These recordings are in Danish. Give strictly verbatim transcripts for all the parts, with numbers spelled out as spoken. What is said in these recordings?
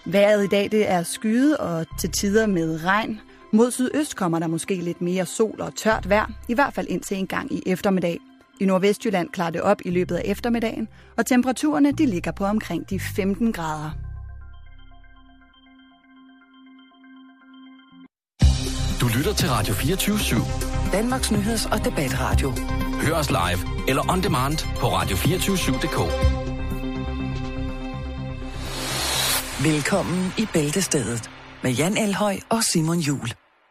Vejret i dag det er skyet og til tider med regn. Mod sydøst kommer der måske lidt mere sol og tørt vejr, i hvert fald indtil en gang i eftermiddag. I Nordvestjylland klarer det op i løbet af eftermiddagen, og temperaturerne de ligger på omkring de femten grader. Du lytter til Radio fireogtyve syv. Danmarks nyheds- og debatradio. Hør os live eller on demand på radio to fire syv punktum d k. Velkommen i Bæltestedet med Jan Elhøj og Simon Juhl.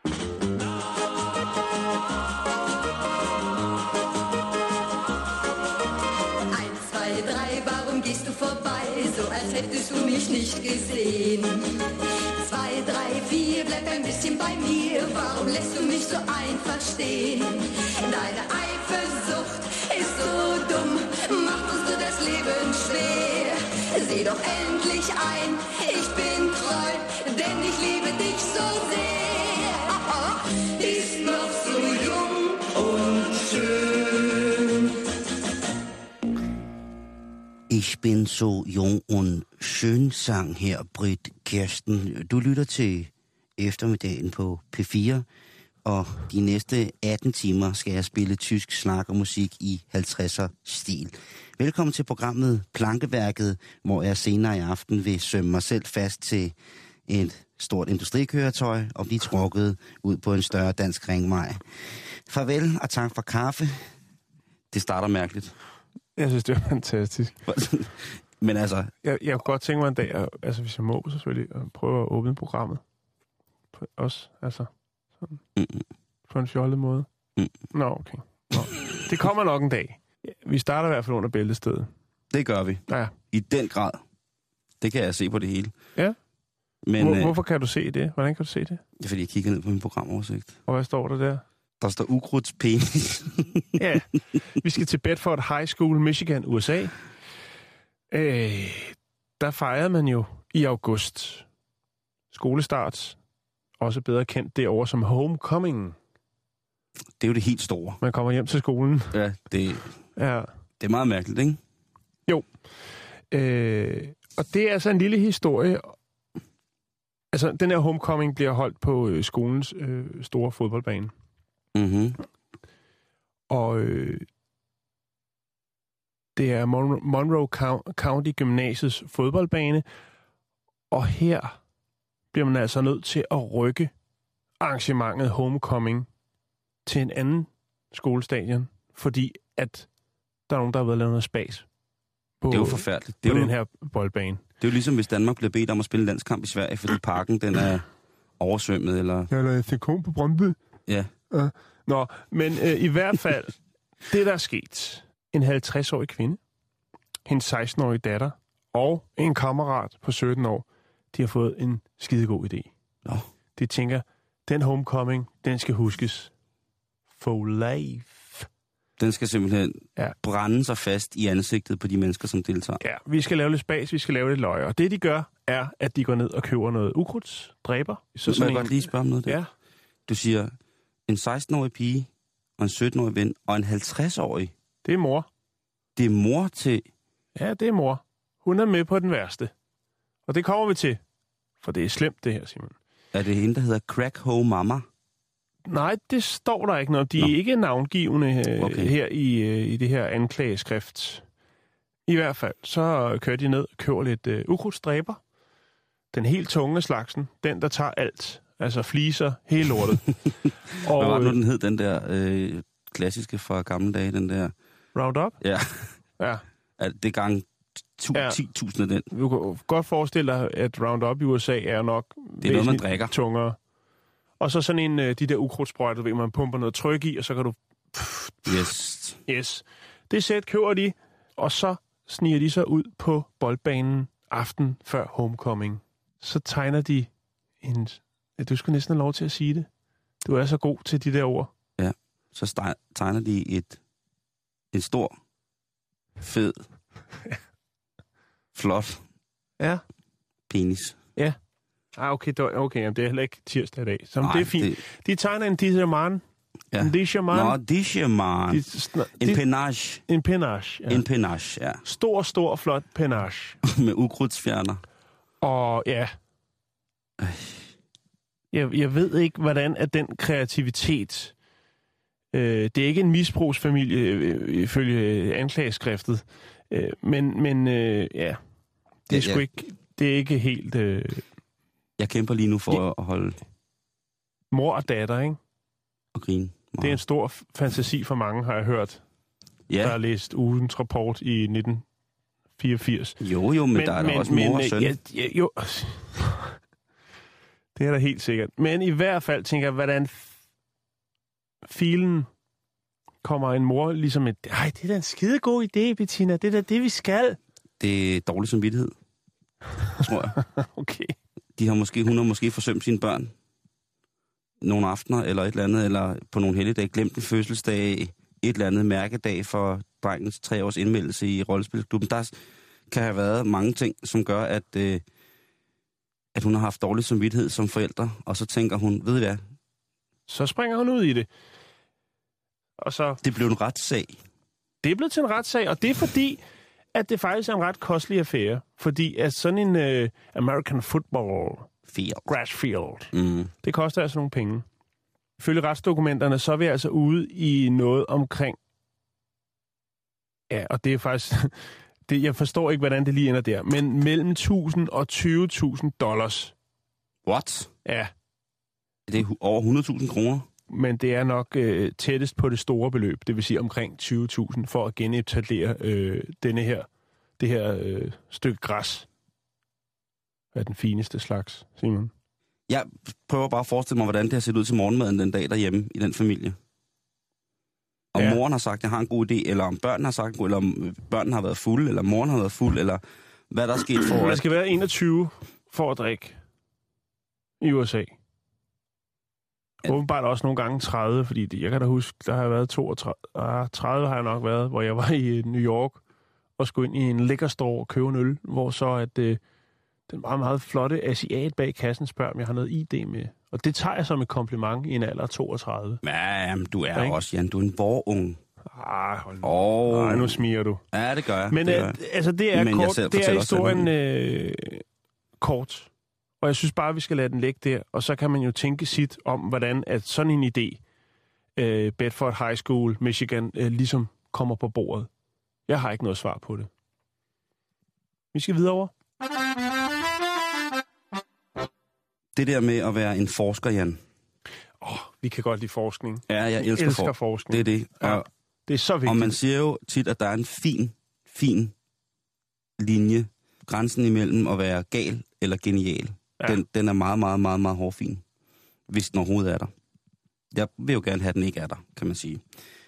Hättest du mich nicht gesehen. Zwei, drei, vier, bleib ein bisschen bei mir. Warum lässt du mich so einfach stehen? Deine Eifersucht ist so dumm, macht uns nur das Leben schwer. Sieh doch endlich ein, ich bin treu, denn ich liebe dich so sehr. Ist noch so jung und schön. Ich bin so jung und schön, sang her Britt Kirsten. Du lytter til eftermiddagen på P fire, og de næste atten timer skal jeg spille tysk snak og musik i halvtredser-stil. Velkommen til programmet Plankeværket, hvor jeg senere i aften vil sømme mig selv fast til et stort industrikøretøj og blive trukket ud på en større dansk ringvej. Farvel og tak for kaffe. Det starter mærkeligt. Jeg synes, det er fantastisk. Men altså... Jeg, jeg kunne godt tænke mig en dag, altså hvis jeg må selvfølgelig, at prøve at åbne programmet. Også, altså sådan, mm. på en fjollet måde. Mm. Nå, okay. Nå. Det kommer nok en dag. Vi starter i hvert fald under Bæltestedet. Det gør vi. Ja. I den grad. Det kan jeg se på det hele. Ja. Men, Hvor, øh, hvorfor kan du se det? Hvordan kan du se det? Det er, fordi jeg kigger ned på min programoversigt. Og hvad står der der? Der står ukrudtspenis. Ja. Vi skal til Bedford High School, Michigan, U S A. Øh, der fejrede man jo i august skolestart. Også bedre kendt derovre som homecoming. Det er jo det helt store. Man kommer hjem til skolen. Ja, det, ja. det er meget mærkeligt, ikke? Jo. Øh, og det er altså en lille historie. Altså, den her homecoming bliver holdt på øh, skolens øh, store fodboldbane. Mhm. Og øh, det er Mon- Monroe County Gymnasiets fodboldbane. Og her bliver man altså nødt til at rykke arrangementet homecoming til en anden skolestadion, fordi at der er nogen, der har været lavet noget spas på, det er jo forfærdeligt. Det er på jo, den her boldbane. Det er jo ligesom, hvis Danmark bliver bedt om at spille landskamp i Sverige, fordi parken den er oversvømmet, eller... Ja, eller F C K på Brøndby. Ja. Uh, nå, men uh, i hvert fald, det der er sket, en halvtreds-årig kvinde, hendes seksten-årige datter og en kammerat på sytten år, de har fået en skidegod idé. Nå. De tænker, den homecoming, den skal huskes for life. Den skal simpelthen ja. brænde sig fast i ansigtet på de mennesker, som deltager. Ja, vi skal lave lidt spas, vi skal lave lidt løg. Og det, de gør, er, at de går ned og køber noget ukrudts, dræber. Så må jeg en... godt lige spørge om noget der? Ja. Du siger, en seksten-årig pige og en sytten-årig ven og en halvtreds-årig. Det er mor. Det er mor til... Ja, det er mor. Hun er med på den værste. Og det kommer vi til. For det er slemt, det her, Simon. Er det hende, der hedder Crack Ho Mama? Nej, det står der ikke noget. De Nå. er ikke navngivende øh, okay. her i, øh, i det her anklageskrift. I hvert fald, så kører de ned og køber lidt øh, ukrudtsdræber. Den helt tunge slagsen. Den, der tager alt. Altså fliser, hele lortet. Og, hvad var det nu, den hed, den der øh, klassiske fra gamle dage, den der... Roundup? Ja. Ja. Det er gang ja. ti tusind af den. Du kan godt forestille dig, at Roundup i U S A er nok det er noget, man drikker. Tungere. Og så sådan en, de der ukrudtsprøjter, ved man pumper noget tryk i, og så kan du... Yes. Yes. Det sæt køber de, og så sniger de sig ud på boldbanen aften før homecoming. Så tegner de en... Ja, du skulle næsten have lov til at sige det. Du er så god til de der ord. Ja, så tegner de et... En stor, fed, flot ja. penis. Ja. Ah, okay, okay, jamen, det er heller ikke tirsdag i dag. Så Nej, det er fint. Det... De tegner en disherman. Ja. En disherman. Nå, disherman. De, en de, penage. En penage, ja. En penage, ja. Stor, stor, flot penage. Med ukrudtsfjerner. Og ja, Jeg, jeg ved ikke, hvordan er den kreativitet... Øh, det er ikke en misbrugsfamilie, øh, ifølge anklageskriftet. Øh, men men øh, ja, det er sgu ja. ikke... Det er ikke helt... Øh... Jeg kæmper lige nu for ja. at holde... Mor og datter, ikke? Og grine meget. Det er en stor f- fantasi for mange, har jeg hørt. Ja. Der har læst ugens rapport i nitten fireogfirs. Jo, jo, men, men der er men, der også mor men, og søn. Ja, ja, jo. Det er da helt sikkert. Men i hvert fald tænker jeg, hvordan filen kommer en mor ligesom et... Ej, det er da en skidegod idé, Bettina. Det er da det, vi skal. Det er dårlig samvittighed, tror jeg. Okay. De har måske, hun har måske forsømt sine børn nogle aftener eller et eller andet, eller på nogle helligdage glemt en fødselsdag, et eller andet mærkedag for drengens tre års indmeldelse i rollespilsklubben. Der kan have været mange ting, som gør, at, øh, at hun har haft dårlig samvittighed som forældre, og så tænker hun, ved I hvad? Så springer hun ud i det. Og så... Det blev en retssag. Det er blevet til en retssag, og det er fordi, at det faktisk er en ret kostelig affære. Fordi at sådan en øh, American football Field. grass field, Mm. det koster altså nogle penge. Ifølge retsdokumenterne, så er vi altså ude i noget omkring... Ja, og det er faktisk... det, jeg forstår ikke, hvordan det lige ender der. Men mellem tusind og tyve tusind dollars. What? Ja. Det er over hundrede tusind kroner. Men det er nok øh, tættest på det store beløb. Det vil sige omkring tyve tusind for at genetablere øh, denne her, det her øh, stykke græs. Hvad er den fineste slags, Simon? Jeg prøver bare at forestille mig, hvordan det har set ud til morgenmaden den dag derhjemme i den familie. Om ja. moren har sagt, at jeg har en god idé, eller om børnene har sagt, eller om børnene har været fulde, eller moren har været fuld, eller hvad der er sket for... Man skal være enogtyve for at drikke i U S A. Ja. Åbenbart også nogle gange tredive, fordi det, jeg kan da huske, der har jeg været toogtredive, ah, tredive har jeg nok været, hvor jeg var i New York og skulle ind i en liquor store og købe en øl, hvor så at øh, den meget, meget flotte asiat bag kassen spørger, om jeg har noget I D med. Og det tager jeg som et kompliment i en alder af toogtredive. Ja, men du er ja, også, Jan. Du er en vorunge. Ah, hold nu. Oh. Ej, nu smiger du. Ja, det gør jeg. Men det øh, altså, det er, men kort, det er historien øh, kort. Og jeg synes bare, vi skal lade den ligge der. Og så kan man jo tænke sit om, hvordan at sådan en idé, øh, Bedford High School, Michigan, øh, ligesom kommer på bordet. Jeg har ikke noget svar på det. Vi skal videre over. Det der med at være en forsker, Jan. Åh, oh, vi kan godt lide forskning. Ja, jeg elsker, elsker for. forskning. Det er det. Ja, og, det er så vigtigt. Og man siger jo tit, at der er en fin, fin linje. Grænsen imellem at være gal eller genial. Ja. Den, den er meget, meget, meget, meget hårfin. Hvis den overhovedet er der. Jeg vil jo gerne have, at den ikke er der, kan man sige.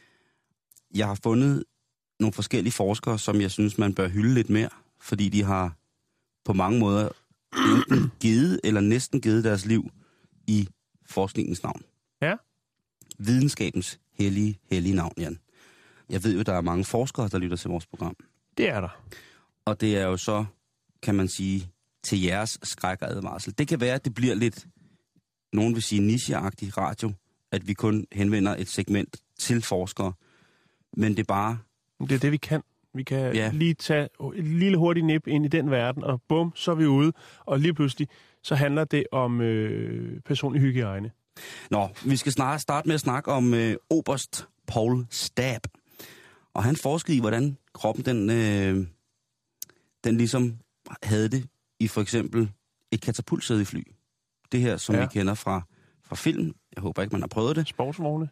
Jeg har fundet nogle forskellige forskere, som jeg synes, man bør hylde lidt mere. Fordi de har på mange måder enten givet eller næsten givet deres liv i forskningens navn. Ja. Videnskabens hellige, hellige navn, Jan. Jeg ved jo, der er mange forskere, der lytter til vores program. Det er der. Og det er jo så, kan man sige, til jeres skræk og advarsel. Det kan være, at det bliver lidt, nogen vil sige, nicheagtig radio, at vi kun henvender et segment til forskere. Men det er bare... Det er det, vi kan. Vi kan ja. lige tage et lille hurtigt nip ind i den verden, og bum, så er vi ude. Og lige pludselig, så handler det om øh, personlig hygiejne. Nå, vi skal snart starte med at snakke om øh, oberst Paul Stab. Og han forskede i, hvordan kroppen, den, øh, den ligesom havde det i for eksempel et katapultsæde i fly. Det her, som ja. vi kender fra, fra film. Jeg håber ikke, man har prøvet det. Sportsvogne.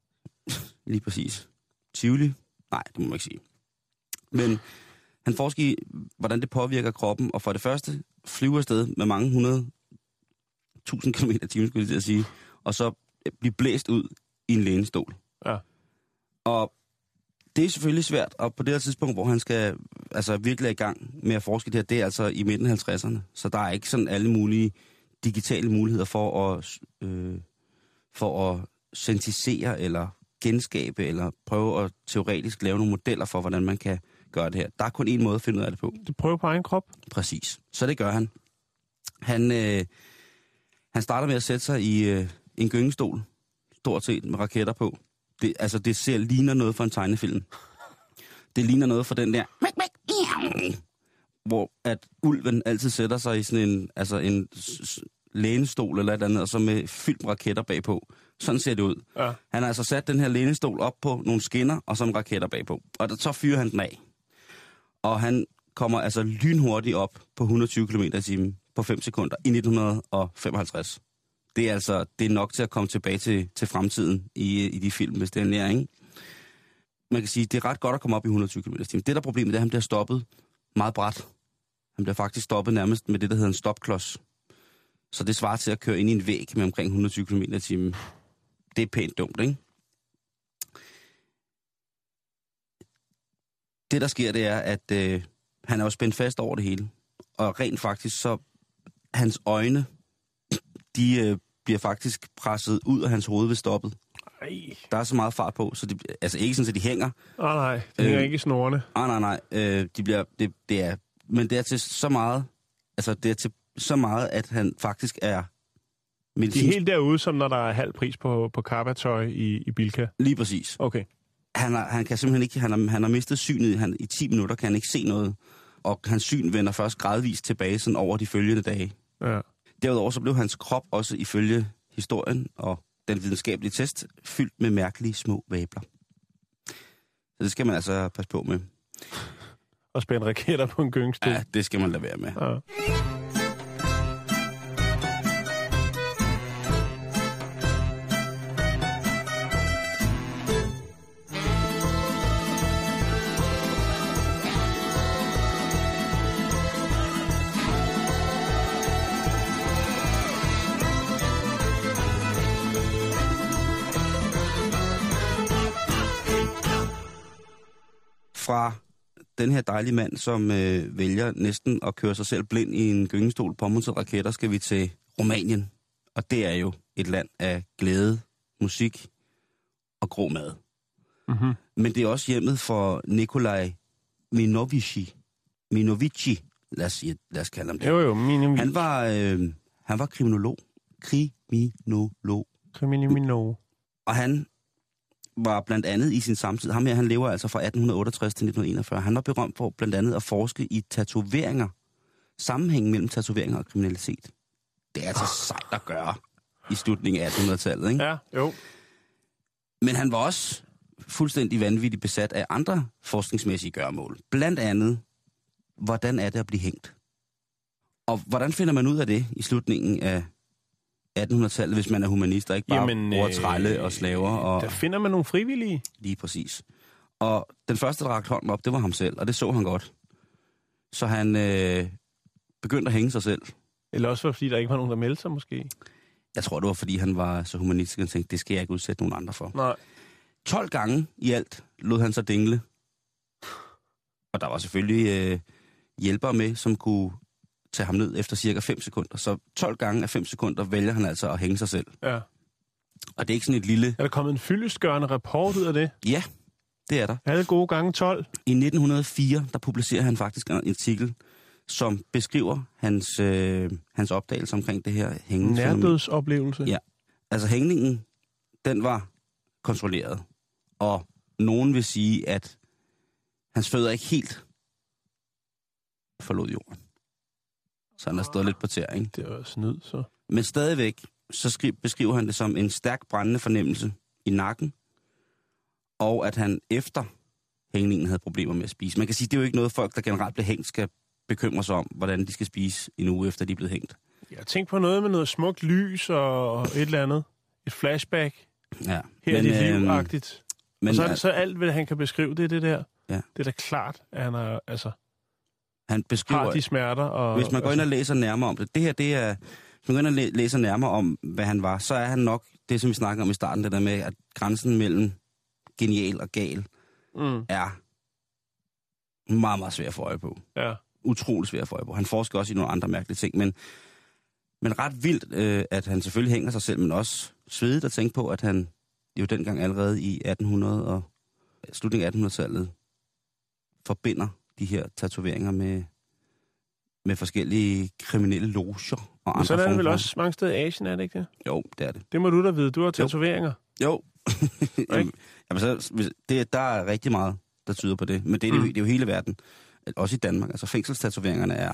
Lige præcis. Tivoli? Nej, det må man ikke sige. Men han forsker i, hvordan det påvirker kroppen, og for det første flyver afsted med mange hundrede tusind kilometer i timen, skulle jeg til at sige, og så blive blæst ud i en lænestol. Ja. Og det er selvfølgelig svært, og på det her tidspunkt, hvor han skal altså virkelig i gang med at forske det her, det er altså i midten af halvtredserne, så der er ikke sådan alle mulige digitale muligheder for at, øh, for at syntetisere eller genskabe, eller prøve at teoretisk lave nogle modeller for, hvordan man kan gøre det her. Der er kun én måde at finde ud af det på. Du prøver på egen krop? Præcis. Så det gør han. Han, øh, han starter med at sætte sig i øh, en gyngestol, stort set med raketter på. Det, altså, det ser ligner noget for en tegnefilm. Det ligner noget for den der... hvor at ulven altid sætter sig i sådan en, altså en lænestol eller et eller andet, og så med fyldt raketter bagpå. Sådan ser det ud. Ja. Han har altså sat den her lænestol op på nogle skinner, og så med raketter bagpå. Og så fyrer han den af. Og han kommer altså lynhurtigt op på hundrede og tyve kilometer i timen på fem sekunder i nitten femoghalvtreds. Det er altså det er nok til at komme tilbage til, til fremtiden i, i de film, hvis det er nær, ikke? Man kan sige, det er ret godt at komme op i hundrede og tyve kilometer i timen. Det der problemet er, at han bliver stoppet meget brat. Han bliver faktisk stoppet nærmest med det, der hedder en stopklods. Så det svarer til at køre ind i en væg med omkring hundrede og tyve kilometer i timen. Det er pænt dumt, ikke? Det, der sker, det er, at øh, han er jo spændt fast over det hele. Og rent faktisk, så hans øjne, de øh, bliver faktisk presset ud af hans hoved ved stoppet. Ej. Der er så meget fart på, så de, altså ikke sådan, at de hænger. Nej, nej, de hænger øh, ikke i snorene. Nej, nej, nej. Øh, de bliver, det, det er, men det er til så meget, altså det er til så meget, at han faktisk er medicinsk. De er helt derude, som når der er halv pris på, på Carpa-tøj i, i Bilka? Lige præcis. Okay. Han, har, han kan simpelthen ikke, han har, han har mistet synet, han, i ti minutter kan han ikke se noget, og hans syn vender først gradvist tilbage sådan over de følgende dage. Ja. Derudover så blev hans krop også ifølge historien og den videnskabelige test fyldt med mærkelige små vabler. Så det skal man altså passe på med. Og spænde raketter på en gyngestol. Ja, det skal man lade være med. Ja. Fra den her dejlige mand, som øh, vælger næsten at køre sig selv blind i en gyngestol på påmonteret raketter, skal vi til Rumænien. Og det er jo et land af glæde, musik og grå mad. Mm-hmm. Men det er også hjemmet for Nikolaj Minovici. Minovici, lad os, sige, lad os kalde ham det. Jo, jo, Minovici. Han var, øh, han var kriminolog. Kriminolog. Kriminolog. Og han var blandt andet i sin samtid, ham her, han lever altså fra atten otteogtres til nitten enogfyrre. Han var berømt for blandt andet at forske i tatoveringer. Sammenhængen mellem tatoveringer og kriminalitet. Det er altså sejt at gøre i slutningen af attenhundredetallet, ikke? Ja, jo. Men han var også fuldstændig vanvittigt besat af andre forskningsmæssige gøremål. Blandt andet, hvordan er det at blive hængt? Og hvordan finder man ud af det i slutningen af attenhundredetallet, hvis man er humanist og ikke bare Jamen, bruger trælle og slaver? Og der finder man nogle frivillige. Lige præcis. Og den første, der rakte hånden op, det var ham selv, og det så han godt. Så han øh, begyndte at hænge sig selv. Eller også fordi der ikke var nogen, der meldte sig måske. Jeg tror, det var, fordi han var så humanistisk, og tænkte, det skal jeg ikke udsætte nogen andre for. Nej. tolv gange i alt lod han sig dingle. Og der var selvfølgelig øh, hjælpere med, som kunne tage ham ned efter cirka fem sekunder. Så tolv gange af fem sekunder vælger han altså at hænge sig selv. Ja. Og det er ikke sådan et lille... Er der kommet en fyldestgørende rapport ud af det? Ja, det er der. Alle gode gange tolv. I nitten hundrede og fire, der publicerer han faktisk en artikel, som beskriver hans, øh, hans opdagelse omkring det her hængende. Nærdødsoplevelse. Ja. Altså hængningen, den var kontrolleret. Og nogen vil sige, at hans fødder ikke helt forlod jorden. Så han har stået lidt på tæer, ikke? Det var snyd, så. Men stadigvæk, så skri- beskriver han det som en stærk brændende fornemmelse i nakken, og at han efter hængningen havde problemer med at spise. Man kan sige, det er jo ikke noget, folk, der generelt bliver hængt, skal bekymre sig om, hvordan de skal spise en uge efter, de er blevet hængt. Jeg tænker på noget med noget smukt lys og et eller andet. Et flashback. Ja. Her men, er det livagtigt. Men, og så er det så alt, hvad han kan beskrive, det er det der. Ja. Det er da klart, at han er, altså, han beskriver, har de smerter. Og, hvis man går ind og læser nærmere om det, det her, det er, hvis man går ind og læser nærmere om, hvad han var, så er han nok det, som vi snakker om i starten, det der med, at grænsen mellem genial og gal mm. er meget, meget svær at få øje på. Ja. Utrolig svær at få øje på. Han forsker også i nogle andre mærkelige ting, men, men ret vildt, øh, at han selvfølgelig hænger sig selv, men også svedigt at tænke på, at han jo dengang allerede i attenhundrede og slutningen af attenhundredetallet forbinder de her tatoveringer med, med forskellige kriminelle loger og andre. Men så er det former. vel også mange steder i Asien, er det ikke det? Jo, det er det. Det må du da vide. Du har tatoveringer. Jo. Jamen, så, det, der er rigtig meget, der tyder på det. Men det er, mm. det, det er jo hele verden. Også i Danmark. Altså fængselstatoveringerne er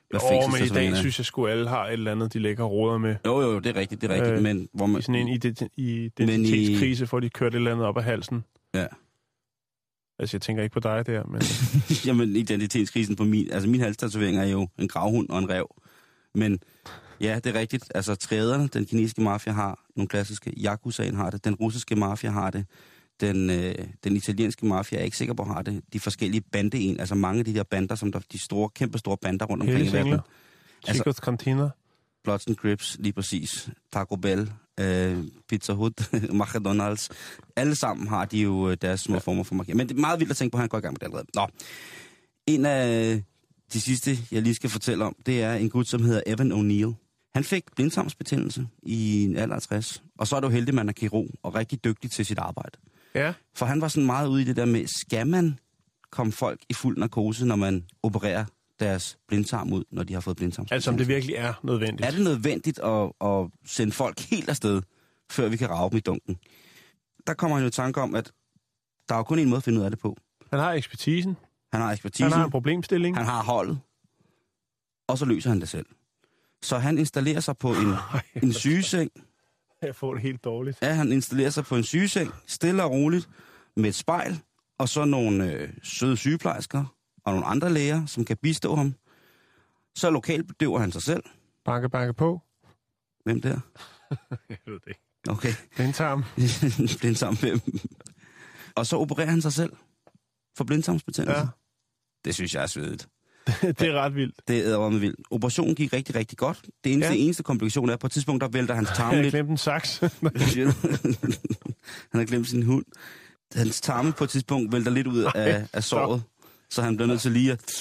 hvad Jo, men i dag fængselstatoveringer er. synes jeg sgu alle har et eller andet, de lægger råder med. Jo, jo, det er rigtigt, det er rigtigt, Øh, men hvor man... I sådan en ident- identitetskrise, får de kørt et eller andet op af halsen. Ja. Altså, jeg tænker ikke på dig der, men... Jamen, identitetskrisen på min... Altså, min halstatovering er jo en gravhund og en ræv. Men ja, det er rigtigt. Altså, træderne, den kinesiske mafia har nogle klassiske. Yakuzaen har det. Den russiske mafia har det. Den, øh, den italienske mafia er ikke sikker på, har det. De forskellige bandeen, altså mange af de der bander, som der, de store, kæmpe store bander rundt omkring i verden. Altså, Chicos Cantina. Bloods and Crips, lige præcis. Taco Bell, øh, Pizza Hut, McDonald's. Alle sammen har de jo deres små former for markering. Men det er meget vildt at tænke på, at han går i gang med det allerede. Nå. En af de sidste, jeg lige skal fortælle om, det er en gut, som hedder Evan O'Neill. Han fik blindtarmsbetændelse i en alder af tres. Og så er det jo heldig, man er kirurg og rigtig dygtig til sit arbejde. Ja. For han var sådan meget ude i det der med, skal man komme folk i fuld narkose, når man opererer deres blindtarm ud, når de har fået blindtarmsbetændelse? Altså, om det virkelig er nødvendigt. Er det nødvendigt at, at sende folk helt afsted, før vi kan rage dem i dunken? Der kommer han jo i tanke om, at der er jo kun en måde at finde ud af det på. Han har ekspertisen. Han har ekspertisen. Han har en problemstilling. Han har holdet. Og så løser han det selv. Så han installerer sig på en, en sygeseng. Jeg får det helt dårligt. Ja, han installerer sig på en sygeseng, stille og roligt, med et spejl, og så nogle øh, søde sygeplejersker og nogle andre læger, som kan bistå ham. Så lokalt bedøver han sig selv. Banke, banke på. Hvem der? Jeg ved det ikke. Okay. Blindtarm. Blindtarm fem. Og så opererer han sig selv for blindtarmsbetændelse. Ja. Det synes jeg er svedigt. Det er ret vildt. Det er med vildt. Operationen gik rigtig, rigtig godt. Det eneste, ja. eneste komplikation er, på et tidspunkt, der vælter hans tarme lidt. lidt. Jeg har glemt en saks. Han har glemt sin hund. Hans tarme på et tidspunkt vælter lidt ud af, af såret, så han bliver nødt til lige at...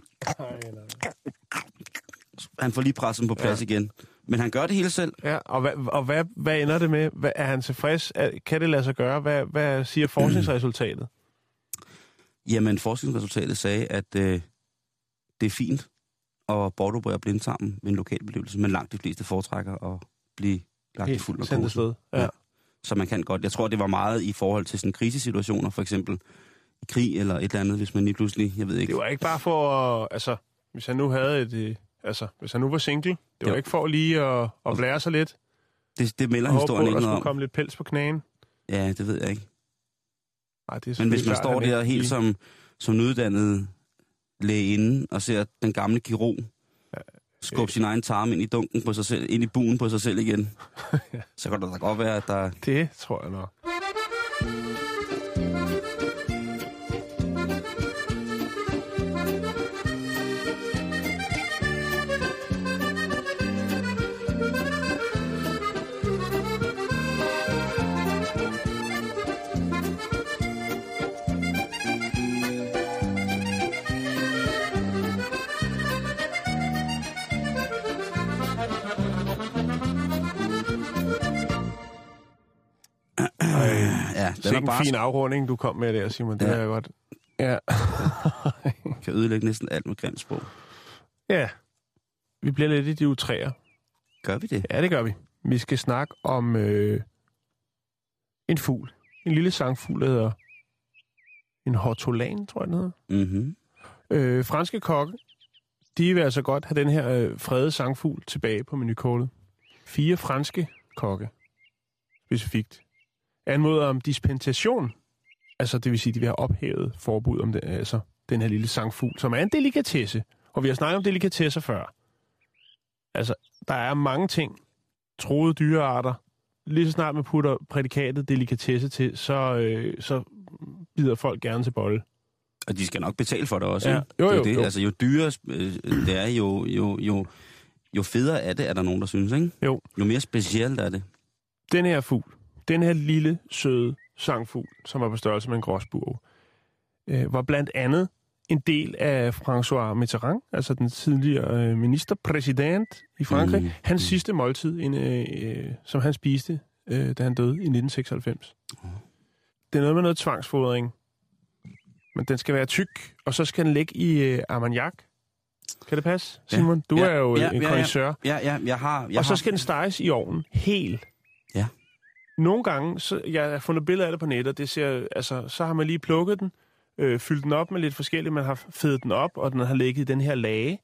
Han får lige presset på plads ja. igen. Men han gør det hele selv. Ja, og, hvad, og hvad, hvad ender det med? Hvad, er han tilfreds? Er, kan det lade sig gøre? Hvad, hvad siger forskningsresultatet? Jamen, forskningsresultatet sagde, at øh, det er fint at bortoperere blindtarmen ved en lokal bedøvelse, men langt de fleste foretrækker at blive lagt i fuld narkose. Ja. Ja. Så man kan godt. Jeg tror, det var meget i forhold til sådan krisesituationer, for eksempel i krig eller et eller andet, hvis man lige pludselig, jeg ved ikke. Det var ikke bare for at, altså, hvis han nu havde et, altså, hvis han nu var single, det var jo ikke for lige at, at blære sig lidt. Det, det melder og historien ikke noget om. Og noget skulle komme lidt pels på knæen. Ja, det ved jeg ikke. Ej, det men hvis man står der helt som, som uddannet lægeinde og ser den gamle kirurg ja, skubbe øh. sin egen tarm ind i dunken på sig selv, ind i buen på sig selv igen, ja. så kan det da godt være, at der... Det tror jeg nok. Ja, det er en bare... fin afrunding, du kom med der, Simon. Det ja. er godt. Ja. Kan ødelægge næsten alt med grimt sprog. Ja. Vi bliver lidt i de utræer. Gør vi det? Ja, det gør vi. Vi skal snakke om øh, en fugl. En lille sangfugl, der hedder en hortolan, tror jeg, den hedder. Mm-hmm. Øh, franske kokke, de vil altså godt have den her øh, fredede sangfugl tilbage på menukortet. Fire franske kokke, specifikt, anmoder om dispensation. Altså, det vil sige, at de vil have ophævet forbud om det, altså, den her lille sangfugl, som er en delikatesse. Og vi har snakket om delikatesser før. Altså, der er mange ting, troede dyrearter. Lige så snart man putter prædikatet delikatesse til, så, øh, så bider folk gerne til bolle. Og de skal nok betale for det også. Ja. Jo, jo, det er det. jo. Altså, jo dyrere øh, det er, jo, jo, jo, jo federe er det, er der nogen, der synes, ikke? Jo. Jo mere specielt er det. Den her fugl, den her lille, søde sangfugl, som var på størrelse med en gråsbue, øh, var blandt andet en del af François Mitterrand, altså den tidligere øh, ministerpræsident i Frankrig. Mm. Hans mm. sidste måltid, en, øh, som han spiste, øh, da han døde i nitten seksoghalvfems. Mm. Det er noget med noget tvangsfodring. Men den skal være tyk, og så skal den ligge i øh, armagnac. Kan det passe, Simon? Ja. Du ja. er jo ja, en ja, connoisseur. Ja, ja, jeg har... Jeg og så har... skal den steges i ovnen helt. Ja. Nogle gange, så, jeg har fundet billeder af det på nettet, det ser, altså, så har man lige plukket den, øh, fyldt den op med lidt forskelligt, man har fedet den op, og den har ligget i den her lage,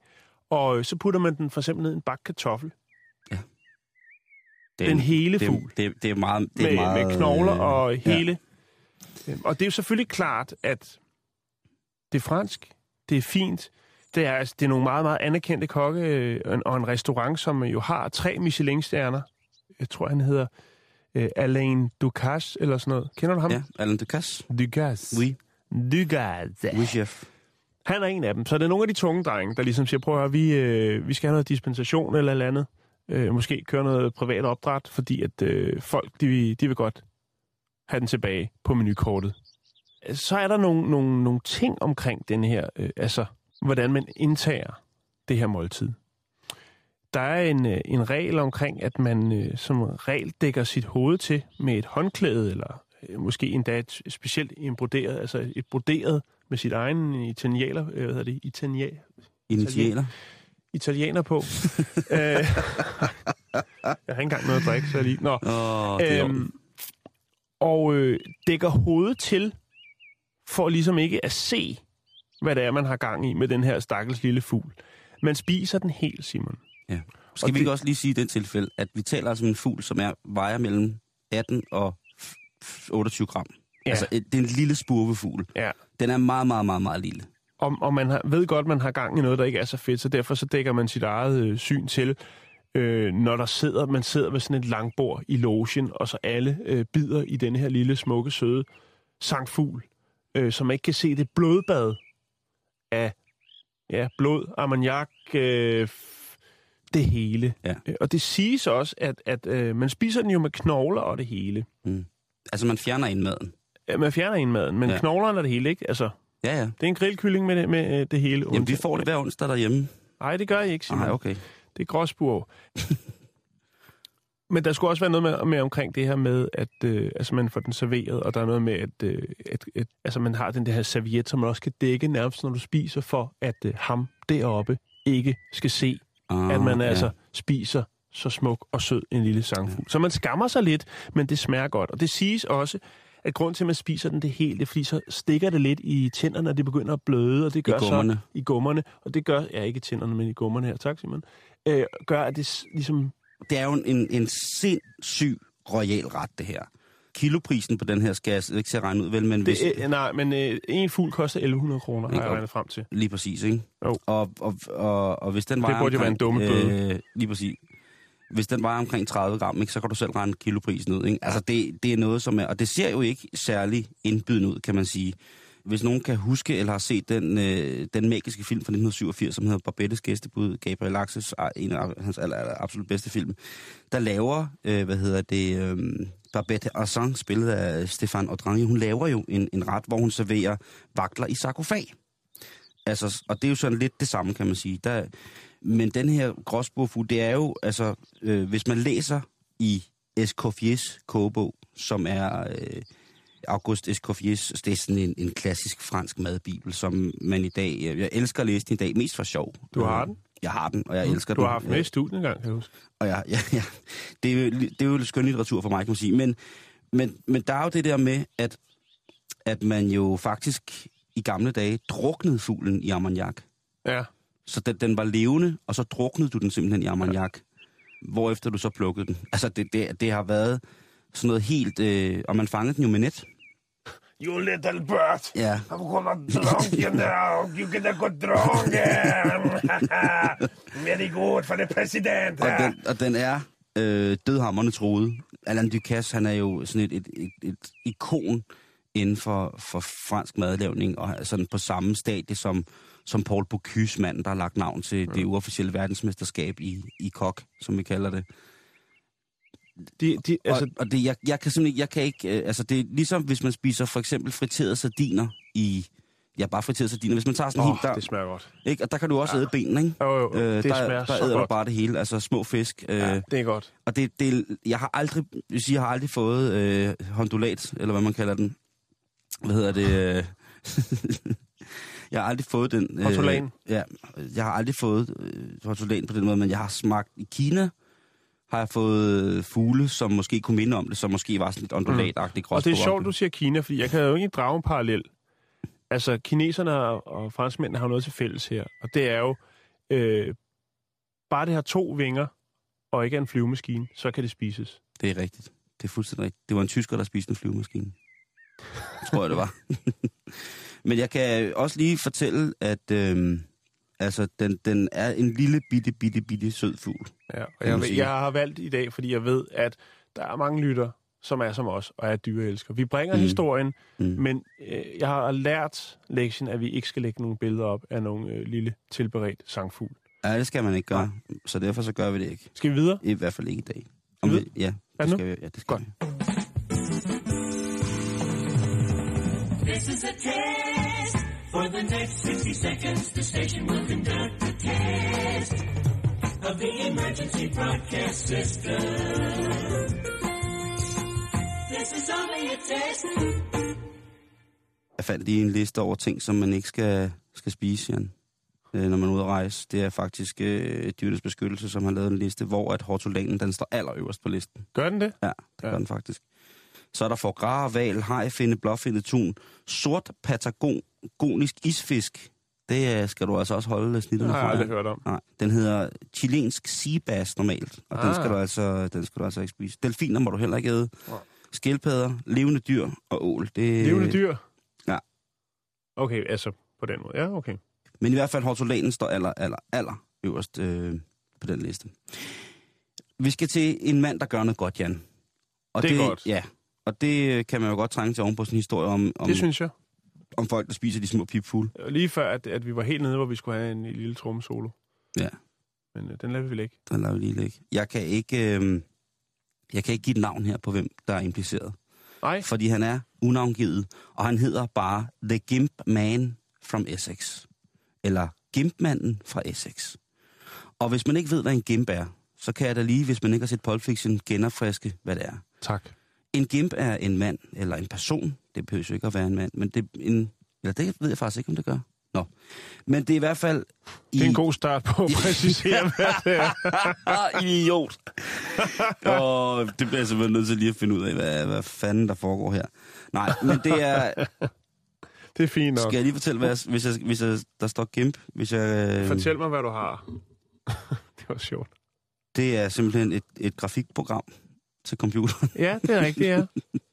Og øh, så putter man den for eksempel ned i en bakke kartoffel. Ja. Den, den hele det, fugl. Det, det er meget... Det er med, meget, med knogler og hele. Ja. Og det er jo selvfølgelig klart, at det er fransk, det er fint. Det er, altså, det er nogle meget, meget anerkendte kokke øh, og en restaurant, som jo har tre Michelin-stjerner. Jeg tror, han hedder øh, Alain Ducasse eller sådan noget. Kender du ham? Ja, Alain Ducasse. Ducasse. Oui. Ducasse. Oui, chef. Han er en af dem. Så det er nogle af de tunge drenge, der ligesom siger, prøv at høre, vi, øh, vi skal have noget dispensation eller eller andet. Øh, måske køre noget privat opdræt, fordi at øh, folk, de, de vil godt have den tilbage på menukortet. Så er der nogle, nogle, nogle ting omkring den her, øh, altså hvordan man indtager det her måltid. Der er en, en regel omkring, at man øh, som regel dækker sit hoved til med et håndklæde, eller øh, måske endda et specielt en broderet, altså et broderet med sit egen italiener, øh, hvad hedder det, italiener, Initialer. italiener på. øh, jeg har ikke engang noget at drikke, så jeg lige... Nå. Oh, øhm, og øh, dækker hovedet til, for ligesom ikke at se, hvad det er, man har gang i med den her stakkels lille fugl. Man spiser den helt, Simon. Ja. Skal og vi det... også lige sige i den tilfælde, at vi taler altså om en fugl, som er vejer mellem atten og otteogtyve gram. Ja. Altså, det er en lille spurvefugl. Ja. Den er meget, meget, meget, meget lille. Og, og man har, ved godt, man har gang i noget, der ikke er så fedt, så derfor så dækker man sit eget øh, syn til, øh, når der sidder, man sidder ved sådan et langbord i logen, og så alle øh, bider i denne her lille, smukke, søde sangfugl, øh, som ikke kan se det blodbad af ja, blod, ammoniak, øh, det hele. Ja. Og det siges også, at, at øh, man spiser den jo med knogler og det hele. Mm. Altså, man fjerner indmaden. Ja, man fjerner indmaden, men ja. Knoglerne er det hele, ikke? Altså, ja, ja. Det er en grillkylling med det, med det hele. Jamen, vi får det hver onsdag derhjemme. Nej, det gør jeg ikke, Simon. Nej, okay. Det er gråsbur. Men der skulle også være noget med, med omkring det her med, at øh, altså man får den serveret, og der er noget med, at, øh, at, at altså man har den der her serviet, som man også kan dække nærmest, når du spiser, for at øh, ham deroppe ikke skal se, ah, at man ja. altså spiser så smuk og sød en lille sangfugl. Ja. Så man skammer sig lidt, men det smager godt. Og det siges også, at grund til, at man spiser den det hele, det er, fordi så stikker det lidt i tænderne, og det begynder at bløde, og det gør I gummerne. så i gummerne, og det gør, ja ikke i tænderne, men i gummerne her, tak Simon, øh, gør, at det ligesom... Det er jo en, en sindssyg royal ret, det her. Kiloprisen på den her skal jeg ikke se at regne ud, vel? Men det, hvis... øh, nej, men øh, en fugl koster elleve hundrede kroner, har jeg regnet frem til. Lige præcis, ikke? Jo. Og, og, og, og hvis den vejer... Det burde jo være en dumme bøde. Øh, lige præcis. Hvis den vejer omkring tredive gram, ikke, så kan du selv regne kiloprisen ud, ikke? Altså, det, det er noget, som er... Og det ser jo ikke særlig indbydende ud, kan man sige. Hvis nogen kan huske eller har set den, øh, den magiske film fra nitten syvogfirs, som hedder Barbettes Gæstebud, Gabriel Axels, en af hans aller, aller, absolut bedste film, der laver, øh, hvad hedder det, øh, Barbette Arsan, spillet af Stéphane Audran, hun laver jo en, en ret, hvor hun serverer vagtler i sarkofag. Altså, og det er jo sådan lidt det samme, kan man sige. Der, men den her gråsbogfugl, det er jo, altså, øh, hvis man læser i Escoffiers kogebog, som er... Øh, Auguste Escoffiers, det er sådan en, en klassisk fransk madbibel, som man i dag... Jeg elsker at læse den i dag, mest for sjov. Du har den? Jeg har den, og jeg elsker du den. Du har haft med i studiet engang, kan jeg huske. Og ja, ja, ja. Det er jo, det er jo skøn litteratur for mig, kan man sige. Men, men, men der er jo det der med, at, at man jo faktisk i gamle dage druknede fuglen i ammoniak. Ja. Så den, den var levende, og så druknede du den simpelthen i ammoniak. Ja. Hvorefter du så plukkede den. Altså, det, det, det har været sådan noget helt... Øh, og man fangede den jo med net. You little bird. Ja. I'm gonna drunk you now. You gonna go drunk. Very good for the president. Og den, og den er øh, dødhamrende troet. Alain Ducasse, han er jo sådan et, et, et, et ikon inden for, for fransk madlavning, og sådan på samme stadie som, som Paul Bocuse, manden, der har lagt navn til det uofficielle verdensmesterskab i, i kok, som vi kalder det. De, de, altså... Og, og det, jeg, jeg kan simpelthen jeg kan ikke, øh, altså det er ligesom hvis man spiser for eksempel friterede sardiner i, ja bare friterede sardiner, hvis man tager sådan en oh, helt der, det smager godt. Ikke? Og der kan du også ja. æde benene, ikke? Jo, jo, øh, det der, smager der så æder godt. du bare det hele, altså små fisk. Øh, ja, det er godt. Og det, det, jeg har aldrig, hvis jeg har aldrig fået øh, hondulat, eller hvad man kalder den, hvad hedder det, øh, jeg har aldrig fået den. Øh, Hortolan. Ja, jeg har aldrig fået øh, hortolan på den måde, men jeg har smagt i Kina, har jeg fået fugle, som måske kunne minde om det, som måske var sådan lidt ondulatagtigt. Mm. Og det er sjovt, du siger Kina, fordi jeg kan jo ikke drage en parallel. Altså, kineserne og franskmændene har jo noget til fælles her, og det er jo, øh, bare det har to vinger, og ikke er en flyvemaskine, så kan det spises. Det er rigtigt. Det er fuldstændig rigtigt. Det var en tysker, der spiste en flyvemaskine. Tror jeg, det var. Men jeg kan også lige fortælle, at øh, altså, den, den er en lille, bitte, bitte, bitte sød fugl. Ja, og jeg, jeg har valgt i dag, fordi jeg ved, at der er mange lytter, som er som os, og er dyreelsker. Vi bringer mm. historien, mm. men øh, jeg har lært lektien, at vi ikke skal lægge nogle billeder op af nogle øh, lille tilberedt sangfugl. Ja, det skal man ikke gøre. Ja. Så derfor så gør vi det ikke. Skal vi videre? I hvert fald ikke i dag. Om vi, ja, det skal vi. Ja, det skal Godt. vi. This is a test. For the next sixty seconds, the station will conduct a test of the emergency broadcast system. This is only a test. Jeg fandt lige en liste over ting, som man ikke skal, skal spise, Jan, når man er ude at rejse. Det er faktisk øh, Dyrenes Beskyttelse, som har lavet en liste, hvor at hortolanen, den står allerøverst på listen. Gør den det? Ja, det ja. gør den faktisk. Så er der foie gras, val, hajfinde, blåfindet tun, sort patagonisk isfisk. Det skal du altså også holde snitterne fra. Det har jeg aldrig hørt om. Nej, den hedder chilensk sea bass normalt, og ah. den, skal du altså, den skal du altså ikke spise. Delfiner må du heller ikke æde. Ah. Skildpadder, levende dyr og ål. Det... Levende dyr? Ja. Okay, altså på den måde. Ja, okay. Men i hvert fald hortolanen står aller, aller, aller øverst øh, på den liste. Vi skal til en mand, der gør noget godt, Jan. Og det er det, godt. Ja, og det kan man jo godt trænge til oven på sådan en historie om... om det synes jeg. Om folk, der spiser de små pipfugle. Lige før, at, at vi var helt nede, hvor vi skulle have en lille trommesolo. Ja. Men øh, den lader vi vel ikke. Den lader vi lige ligge. Jeg kan ikke, øh, jeg kan ikke give et navn her på, hvem der er impliceret. Nej. Fordi han er unavngivet, og han hedder bare The Gimp Man from Essex. Eller Gimpmanden fra Essex. Og hvis man ikke ved, hvad en gimp er, så kan jeg da lige, hvis man ikke har set Pulp Fiction, genopfriske, hvad det er. Tak. En gimp er en mand, eller en person. Det behøver jo ikke at være en mand, men det er en... Eller det ved jeg faktisk ikke, om det gør. Nå. Men det er i hvert fald... I... Det er en god start på at præcisere, hvad det er. Idiot. Og det bliver jeg simpelthen nødt til lige at finde ud af, hvad, hvad fanden der foregår her. Nej, men det er... Det er fint nok. Skal jeg lige fortælle, hvad jeg, hvis, jeg, hvis jeg, der står gimp? Hvis jeg, øh... Fortæl mig, hvad du har. Det var sjovt. Det er simpelthen et, et grafikprogram til computeren. Ja, det er rigtigt, ja.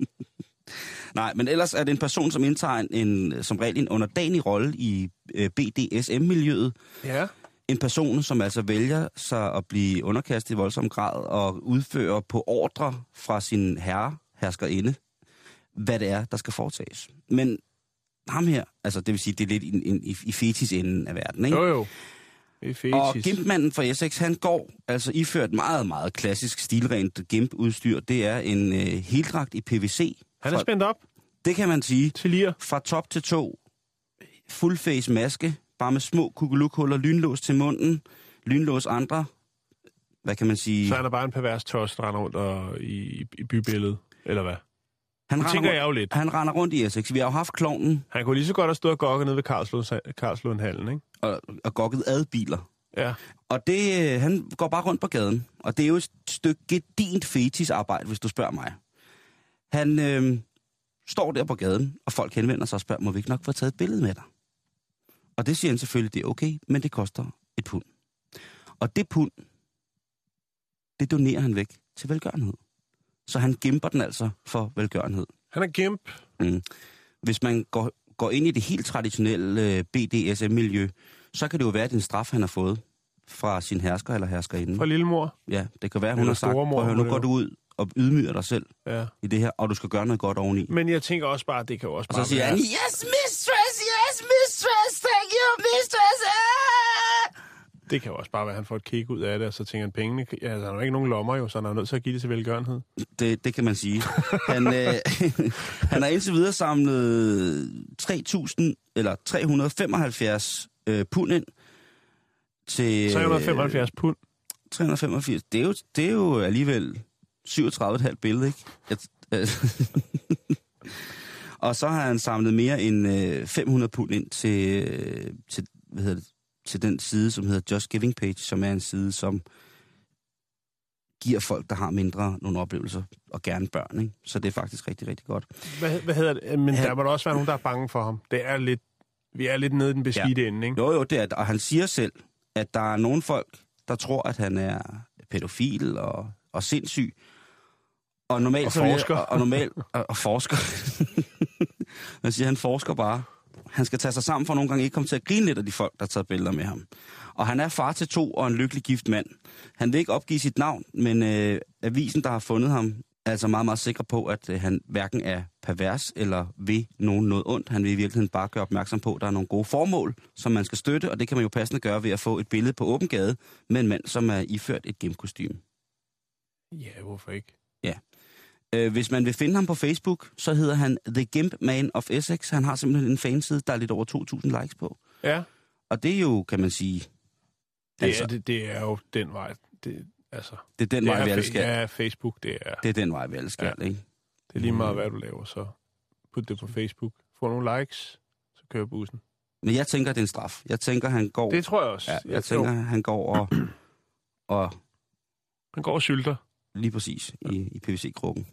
Nej, men ellers er det en person, som indtager en, en som regel en underdanig rolle i øh, B D S M-miljøet. Ja. En person, som altså vælger sig at blive underkastet i voldsom grad og udfører på ordre fra sin herre, herskerinde, hvad det er, der skal foretages. Men ham her, altså det vil sige, det er lidt i, i, i fetis-enden af verden, ikke? Jo, jo. Og gimpmanden fra Essex, han går altså iført meget, meget klassisk stilrent gimp-udstyr. Det er en øh, heldragt i P V C. Han er spændt op. Det kan man sige. Til lir. Fra top til to. Fullface maske. Bare med små kugelukhuller. Lynlås til munden. Lynlås andre. Hvad kan man sige? Så er der bare en pervers tos, der render rundt og, i, i bybilledet. Eller hvad? Han det tænker jeg jo lidt. Han render rundt i Essex. Vi har jo haft klovnen. Han kunne lige så godt have stået og gokket nede ved Karlslundhallen, ikke? Og, og gokket ad biler. Ja. Og det, han går bare rundt på gaden. Og det er jo et stykke gedint fetisarbejde, hvis du spørger mig. Han øh, står der på gaden, og folk henvender sig og spørger, må vi ikke nok få taget et billede med dig? Og det siger han selvfølgelig, det er okay, men det koster et pund. Og det pund, det donerer han væk til velgørenhed. Så han gimper den altså for velgørenhed. Han er gimp. Mm. Hvis man går, går ind i det helt traditionelle øh, B D S M-miljø, så kan det jo være, at det er en straf, han har fået fra sin hersker eller herskerinde. Fra lillemor? Ja, det kan være, hun har sagt, prøv nu går du ud og ydmyger dig selv ja. i det her, og du skal gøre noget godt oveni. Men jeg tænker også bare, at det kan jo også og bare så siger han, yes, mistress, yes, mistress, thank you, mistress. Ah! Det kan jo også bare være, at han får et kig ud af det, og så tænker han, pengene, ja, altså, han har jo ikke nogen lommer jo, så han er nødt til at give det til velgørenhed. Det, det kan man sige. Han, øh, han har indtil videre samlet tre tusind eller tre hundrede og femoghalvfjerds øh, pund ind til... tre hundrede og femoghalvfjerds pund? tre hundrede og femogfirs. Det er jo, det er jo alligevel syvogtredive komma fem billede, ikke? Jeg, øh, og så har han samlet mere end øh, fem hundrede pund ind til, øh, til, hvad hedder det, til den side, som hedder Just Giving Page, som er en side, som giver folk, der har mindre, nogle oplevelser, og gerne børn, ikke? Så det er faktisk rigtig, rigtig godt. Hvad, hvad hedder det? Men han, der må der også være nogen, der er bange for ham. Det er lidt, vi er lidt nede i den beskidte ja. ende, ikke? Jo, jo, det er og han siger selv, at der er nogle folk, der tror, at han er pædofil og, og sindssyg. Og normalt og forsker. Og, og normalt og, og forsker. Jeg siger, han forsker bare. Han skal tage sig sammen for nogle gange ikke komme til at grine lidt af de folk, der har taget billeder med ham. Og han er far til to og en lykkelig gift mand. Han vil ikke opgive sit navn, men øh, avisen, der har fundet ham, er altså meget, meget sikker på, at øh, han hverken er pervers eller vil nogen noget ondt. Han vil i virkeligheden bare gøre opmærksom på, at der er nogle gode formål, som man skal støtte, og det kan man jo passende gøre ved at få et billede på åben gade med en mand, som er iført et gimkostyme. Ja, hvorfor ikke? Ja. Øh, hvis man vil finde ham på Facebook, så hedder han The Gimp Man of Essex. Han har simpelthen en fanside, der er lidt over to tusind likes på. Ja. Og det er jo, kan man sige... Det, altså, er, det, det er jo den vej, det, altså... Det er den det vej, er, vi alle skal. Ja, Facebook, det er... Det er den vej, vi alle skal, ja. Ikke? Det er lige meget, hvad du laver, så put det på Facebook. Få nogle likes, så kører bussen. Men jeg tænker, det er en straf. Jeg tænker, han går... Det tror jeg også. Ja, jeg, jeg tænker, tror... han går og... og han går og sylter. Lige præcis, i, i P V C-krukken.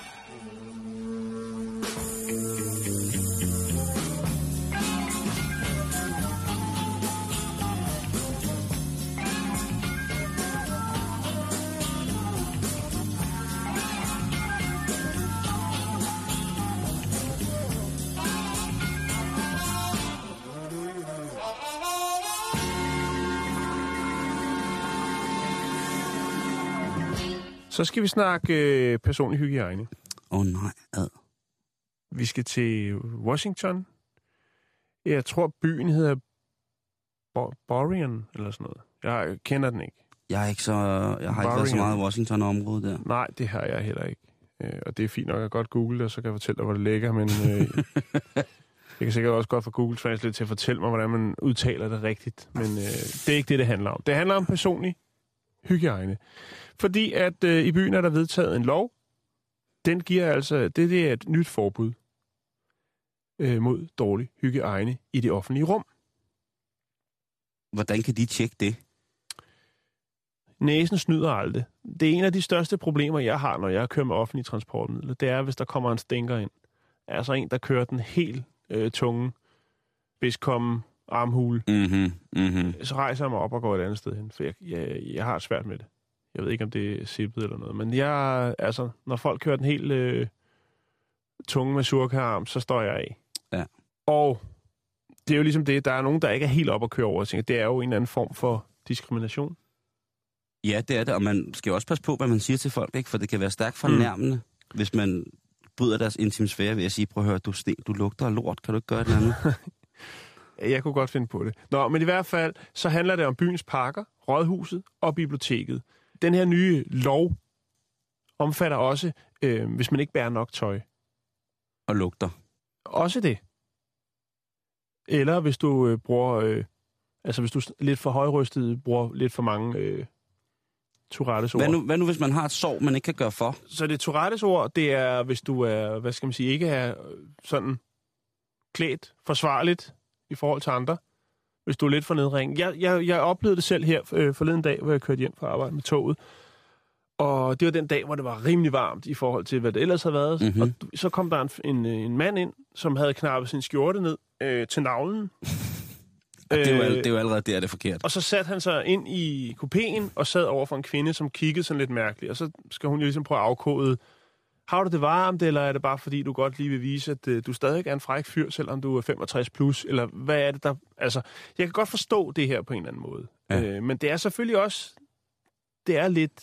Så skal vi snakke øh, personlig hygiejne. Åh oh, nej, ad. Vi skal til Washington. Jeg tror, byen hedder Bo- Borean, eller sådan noget. Jeg kender den ikke. Jeg, er ikke så, jeg har ikke været så meget i Washington-området der. Nej, det har jeg heller ikke. Øh, og det er fint nok, at jeg godt google det, og så kan jeg fortælle dig, hvor det ligger. Men øh, jeg kan sikkert også godt få Google Translate til at fortælle mig, hvordan man udtaler det rigtigt. Men øh, det er ikke det, det handler om. Det handler om personlig hygiejne. Fordi at øh, i byen er der vedtaget en lov. Den giver altså, det, det er et nyt forbud øh, mod dårlig hygiejne i det offentlige rum. Hvordan kan de tjekke det? Næsen snyder aldrig. Det er en af de største problemer, jeg har, når jeg kører med offentlige transportmidler. Det er, hvis der kommer en stinker ind. Altså en, der kører den helt øh, tunge, bidskomme armhule. Mm-hmm, mm-hmm. Så rejser jeg mig op og går et andet sted hen, for jeg, jeg, jeg har svært med det. Jeg ved ikke, om det er sippet eller noget. Men jeg, altså, når folk kører den helt øh, tunge med surkararm, så står jeg af. Ja. Og det er jo ligesom det, der er nogen, der ikke er helt op at køre over. Jeg tænker, det er jo en anden form for diskrimination. Ja, det er det, og man skal jo også passe på, hvad man siger til folk, ikke? For det kan være stærkt fornærmende, mm. hvis man bryder deres intimsfære ved at sige, prøv at høre, du, sten, du lugter af lort, kan du ikke gøre det andet? Jeg kunne godt finde på det. Nå, men i hvert fald, så handler det om byens parker, rådhuset og biblioteket. Den her nye lov omfatter også, øh, hvis man ikke bærer nok tøj. Og lugter. Også det. Eller hvis du øh, bruger, øh, altså hvis du er lidt for højrystet, bruger lidt for mange øh, Tourettes ord. Hvad nu, hvad nu, hvis man har et sår, man ikke kan gøre for? Så det Tourettes ord, det er, hvis du er, hvad skal man sige, ikke er sådan klædt forsvarligt i forhold til andre. Hvis du er lidt for nedringen. Jeg, jeg, jeg oplevede det selv her øh, forleden dag, hvor jeg kørte hjem fra arbejde med toget. Og det var den dag, hvor det var rimelig varmt i forhold til, hvad det ellers havde været. Mm-hmm. Og så kom der en, en, en mand ind, som havde knappet sin skjorte ned øh, til navlen. Det er, jo, det er jo allerede der, det er forkert. Og så satte han sig ind i kupéen og sad over for en kvinde, som kiggede sådan lidt mærkeligt. Og så skal hun jo ligesom prøve at afkode, har du det varmt, eller er det bare fordi, du godt lige vil vise, at uh, du stadig er en fræk fyr, selvom du er femogtres plus? Eller hvad er det der... Altså, jeg kan godt forstå det her på en eller anden måde. Ja. Øh, men det er selvfølgelig også... Det er lidt...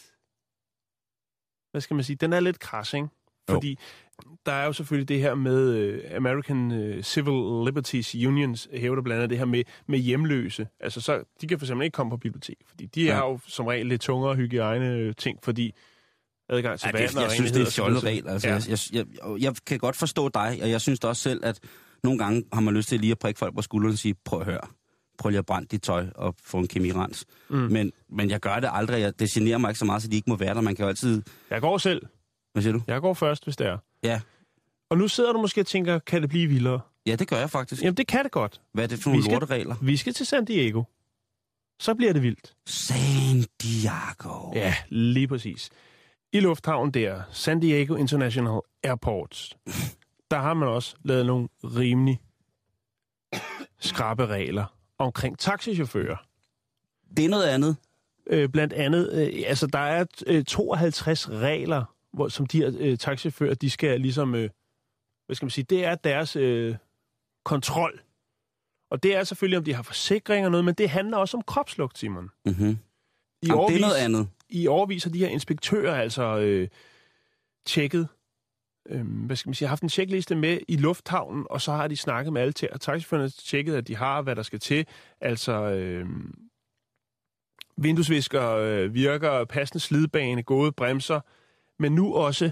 Hvad skal man sige? Den er lidt kras, ikke? Fordi jo. Der er jo selvfølgelig det her med uh, American uh, Civil Liberties Unions hævder blandt andet det her med, med hjemløse. Altså, så, de kan for eksempel ikke komme på bibliotek, fordi de ja. har jo som regel lidt tungere hygiejne ting, fordi adgang til ja, vand det, og jeg synes, det er fjollet regel. Altså, ja. jeg, jeg, jeg, jeg kan godt forstå dig, og jeg synes da også selv, at nogle gange har man lyst til lige at prikke folk på skulderen og sige, prøv at høre, prøv lige at brænde dit tøj og få en kemirens. Mm. Men, men jeg gør det aldrig. Jeg, det generer mig ikke så meget, så de ikke må være der. Man kan jo altid... Jeg går selv. Hvad siger du? Jeg går først, hvis det er. Ja. Og nu sidder du måske og tænker, kan det blive vildere? Ja, det gør jeg faktisk. Jamen, det kan det godt. Hvad er det for nogle lorteregler? Vi skal til San Diego. Så bliver det vildt. San Diego. Ja, lige præcis. I lufthavnen der, San Diego International Airport, der har man også lavet nogle rimelig skrappe regler omkring taxichauffører. Det er noget andet. Øh, blandt andet, øh, altså der er øh, tooghalvtreds regler, hvor, som de her øh, taxichauffører, de skal ligesom, øh, hvad skal man sige, det er deres øh, kontrol. Og det er selvfølgelig, om de har forsikring og noget, men det handler også om kropslugt, Simon. Mm-hmm. I Jamen, årvis, det er noget andet. I årvis har de her inspektører altså øh, tjekket, øh, hvad skal man sige, har haft en tjekliste med i lufthavnen, og så har de snakket med alle til, og taxichaufførerne tjekket, at de har, hvad der skal til. Altså øh, vinduesvisker øh, virker, passende slidbane, gode bremser, men nu også,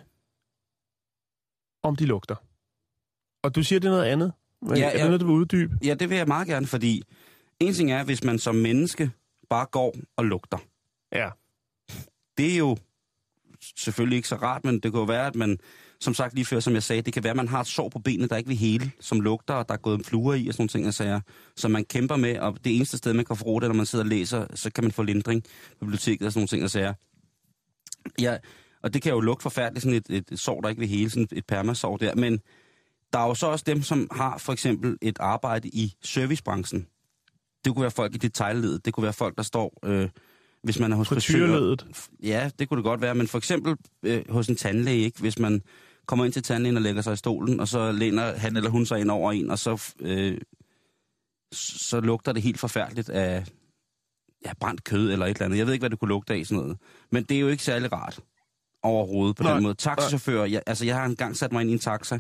om de lugter. Og du siger, det er noget andet? Ja, er det ja, noget, du vil uddybe? Ja, det vil jeg meget gerne, fordi en ting er, hvis man som menneske bare går og lugter. Ja. Det er jo selvfølgelig ikke så rart, men det kan jo være, at man, som sagt lige før, som jeg sagde, det kan være, at man har et sår på benet, der ikke vil hele, som lugter, og der er gået en fluer i, og sådan nogle ting, jeg siger, som man kæmper med, og det eneste sted, man kan få det, når man sidder og læser, så kan man få lindring på biblioteket og sådan nogle ting, jeg siger. Ja, og det kan jo lugte forfærdeligt, sådan et, et, et sår, der ikke vil hele, sådan et permasår der, men der er jo så også dem, som har for eksempel et arbejde i servicebranchen. Det kunne være folk i detailledet, det kunne være folk, der står... Øh, hvis man er hos frisører. Ja, det kunne det godt være, men for eksempel øh, hos en tandlæge, ikke? Hvis man kommer ind til tandlægen og lægger sig i stolen, og så læner han eller hun sig ind over en, og så, øh, så lugter det helt forfærdeligt af ja, brændt kød eller et eller andet. Jeg ved ikke, hvad det kunne lugte af sådan noget. Men det er jo ikke særlig rart overhovedet på Nej. den måde. Taxichauffører, jeg, altså jeg har engang sat mig ind i en taxa,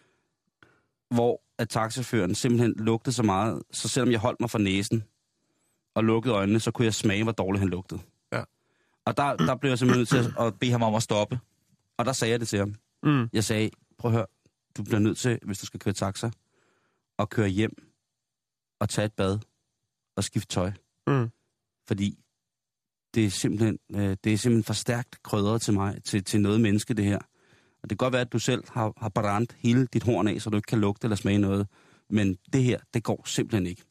hvor at taxichaufføren simpelthen lugtede så meget, så selvom jeg holdt mig for næsen, og lukkede øjnene, så kunne jeg smage, hvor dårligt han lugtede. Ja. Og der, der blev jeg simpelthen nødt til at bede ham om at stoppe. Og der sagde jeg det til ham. Mm. Jeg sagde, prøv at høre, du bliver nødt til, hvis du skal køre taxa, at køre hjem og tage et bad og skifte tøj. Mm. Fordi det er simpelthen, øh, det er simpelthen for stærkt krydret til mig, til, til noget menneske, det her. Og det kan godt være, at du selv har, har brændt hele dit horn af, så du ikke kan lugte eller smage noget. Men det her, det går simpelthen ikke.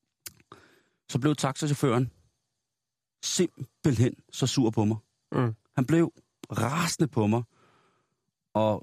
Så blev taxachaufføren simpelthen så sur på mig. Mm. Han blev rasende på mig. Og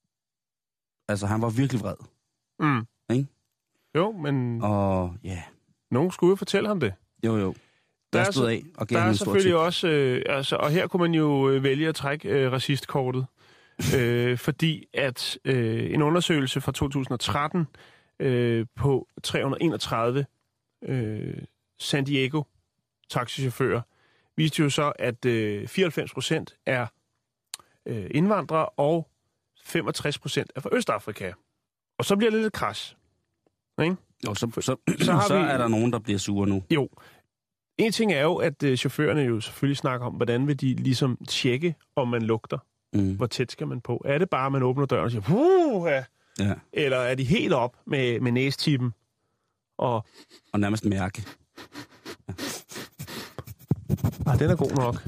altså, han var virkelig vred. Mm. Ikke? Jo, men... Og ja... Nogen skulle jo fortælle ham det. Jo, jo. Der, der er, stod af og gav der ham er en stor selvfølgelig tip. også... Øh, altså, og her kunne man jo øh, vælge at trække øh, racistkortet. øh, fordi at øh, en undersøgelse fra to tusind og tretten øh, på tre hundrede og enogtredive øh, San Diego taxichauffører viste jo så, at øh, fireoghalvfems procent er øh, indvandrere, og femogtres procent er fra Østafrika. Og så bliver det lidt kras. Ikke? Og så, så, så, så, så vi, er der nogen, der bliver sure nu. Jo. En ting er jo, at øh, chaufførerne jo selvfølgelig snakker om, hvordan vil de ligesom tjekke, om man lugter. Mm. Hvor tæt skal man på? Er det bare, at man åbner døren og siger, puha? Ja. Eller er de helt op med, med næstippen? Og, og nærmest mærke. Ja. Ah, den er god nok.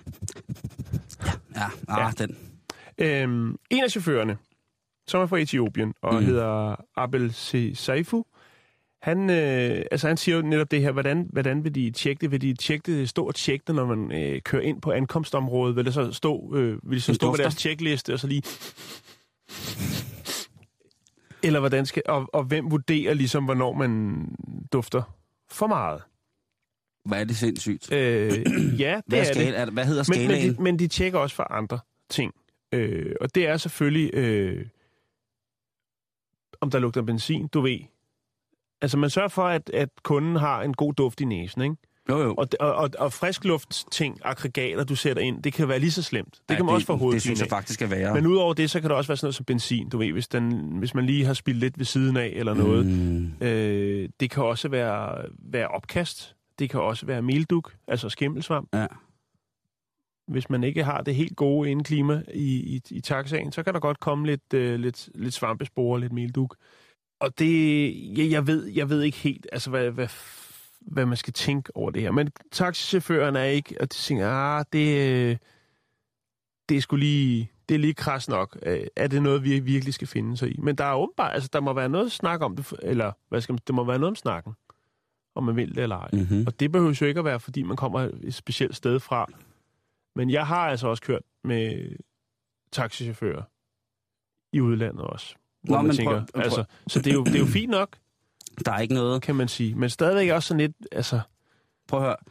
Ja, ja, ah, ja. den. Øhm, en af chaufførerne, som er fra Etiopien og mm. hedder Abel Seifu, han, øh, altså han siger jo netop det her, hvordan, hvordan vil de tjekke det? Vil de tjekke det, stå og tjekke det, når man øh, kører ind på ankomstområdet? Vil det så stå, øh, vil de så stå med deres tjekliste og så lige... Eller hvordan skal... Og, og hvem vurderer ligesom, hvornår man dufter for meget? Hvad er det sindssygt? Øh, ja, det hvad er, er skal, det. Er, hvad hedder skalaen? Men, men, de, skalaen? men de tjekker også for andre ting. Øh, og det er selvfølgelig, øh, om der lugter benzin, du ved. Altså man sørger for, at, at kunden har en god duft i næsen, ikke? Jo, jo. Og, og, og, og friskluftsting, aggregater, du sætter ind, det kan være lige så slemt. Det ja, kan man det, også få hovedpine. Det synes jeg faktisk er værre. Men udover det, så kan det også være sådan noget som benzin, du ved, hvis, den, hvis man lige har spildt lidt ved siden af eller noget. Mm. Øh, det kan også være, være opkast. Det kan også være melduk, altså skimmelsvamp. Ja. Hvis man ikke har det helt gode indeklima i, i, i taxaen, så kan der godt komme lidt, øh, lidt, lidt svampespore, lidt melduk. Og det, jeg, jeg, ved, jeg ved ikke helt, altså hvad, hvad, hvad man skal tænke over det her. Men taxichaufføren er ikke, og de tænker, ah, det, det er sgu lige, det er lige kras nok. Er det noget, vi virkelig skal finde sig i? Men der er åbenbart, altså der må være noget snak om det, eller hvad skal man, det må være noget om snakken, om man vil det eller ej. Mm-hmm. Og det behøver jo ikke at være, fordi man kommer et specielt sted fra. Men jeg har altså også kørt med taxichauffører i udlandet også. Hvor Nå, man tænker, prøv, prøv. Altså, så det er, jo, det er jo fint nok. Der er ikke noget... Kan man sige. Men stadigvæk også sådan lidt, altså... Prøv at høre.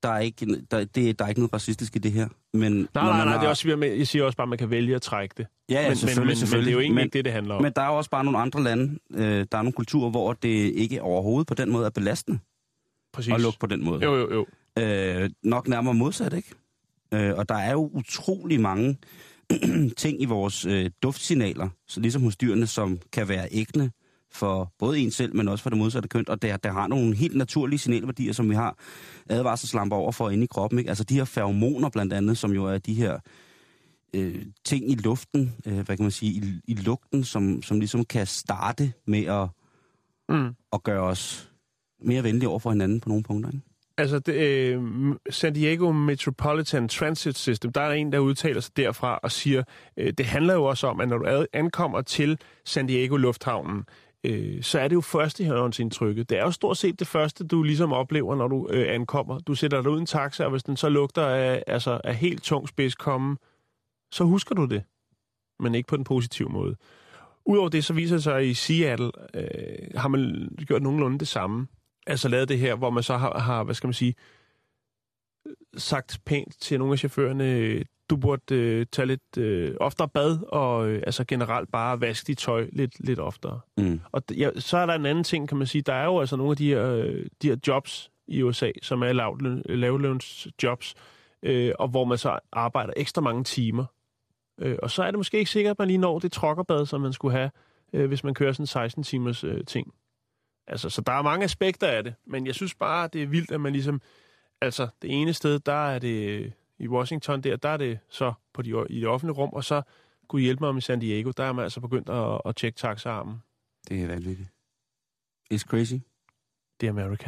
der er ikke, der, det, der er ikke noget racistisk i det her. Men nej, nej, nej, har... det er også, jeg siger også bare, at man kan vælge at trække det. Ja, ja, men, selvfølgelig, men, selvfølgelig. Men det er jo egentlig men, ikke det, det handler om. Men der er jo også bare nogle andre lande, øh, der er nogle kulturer, hvor det ikke overhovedet på den måde er belastende. Præcis. At lukke på den måde. Jo, jo, jo. Øh, nok nærmere modsat, ikke? Øh, og der er jo utrolig mange ting i vores øh, duftsignaler, så ligesom hos dyrene, som kan være ægne for både en selv, men også for det modsatte køn, og der, der har nogle helt naturlige signalværdier, som vi har advarselslamper over for inde i kroppen, ikke? Altså de her feromoner blandt andet, som jo er de her øh, ting i luften, øh, hvad kan man sige, i, i lugten, som, som ligesom kan starte med at, mm. at gøre os mere venlige over for hinanden på nogle punkter, ikke? Altså, det, øh, San Diego Metropolitan Transit System, der er en, der udtaler sig derfra og siger, øh, det handler jo også om, at når du ankommer til San Diego Lufthavnen, øh, så er det jo førstehåndsindtrykket. Det er jo stort set det første, du ligesom oplever, når du øh, ankommer. Du sætter dig ud i en taxa, og hvis den så lugter af, altså, af helt tung spidskomme, så husker du det, men ikke på den positive måde. Udover det, så viser det sig, at i Seattle øh, har man gjort nogenlunde det samme. Altså lavet det her, hvor man så har, har, hvad skal man sige, sagt pænt til nogle af chaufførerne, du burde øh, tage lidt øh, oftere bad, og øh, altså generelt bare vaske dit tøj lidt, lidt oftere. Mm. Og ja, så er der en anden ting, kan man sige, der er jo altså nogle af de her, øh, de her jobs i U S A, som er lavløn, lavlønsjobs, øh, og hvor man så arbejder ekstra mange timer. Øh, og så er det måske ikke sikkert, at man lige når det trokkerbad, som man skulle have, øh, hvis man kører sådan en seksten timers øh, ting. Altså, så der er mange aspekter af det, men jeg synes bare, det er vildt, at man ligesom, altså det ene sted, der er det i Washington, der, der er det så på de, i det offentlige rum, og så kunne hjælpe mig om i San Diego, der er man altså begyndt at, at tjekke taxaarmen. Det er vanvittigt. It's crazy. Det er America.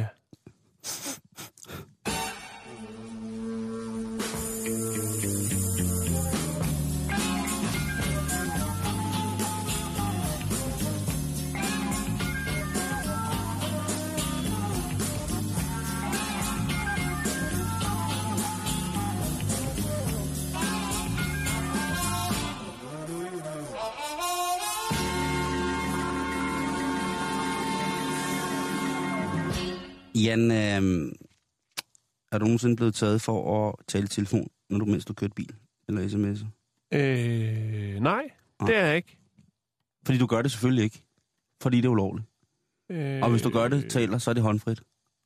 Jan, øh, er du nogensinde blevet taget for at tale i telefon, når du mens du kørte bil eller sms'er? Øh, nej, nej, det er jeg ikke. Fordi du gør det selvfølgelig ikke. Fordi det er ulovligt. Øh, og hvis du gør det, taler, så er det håndfrit.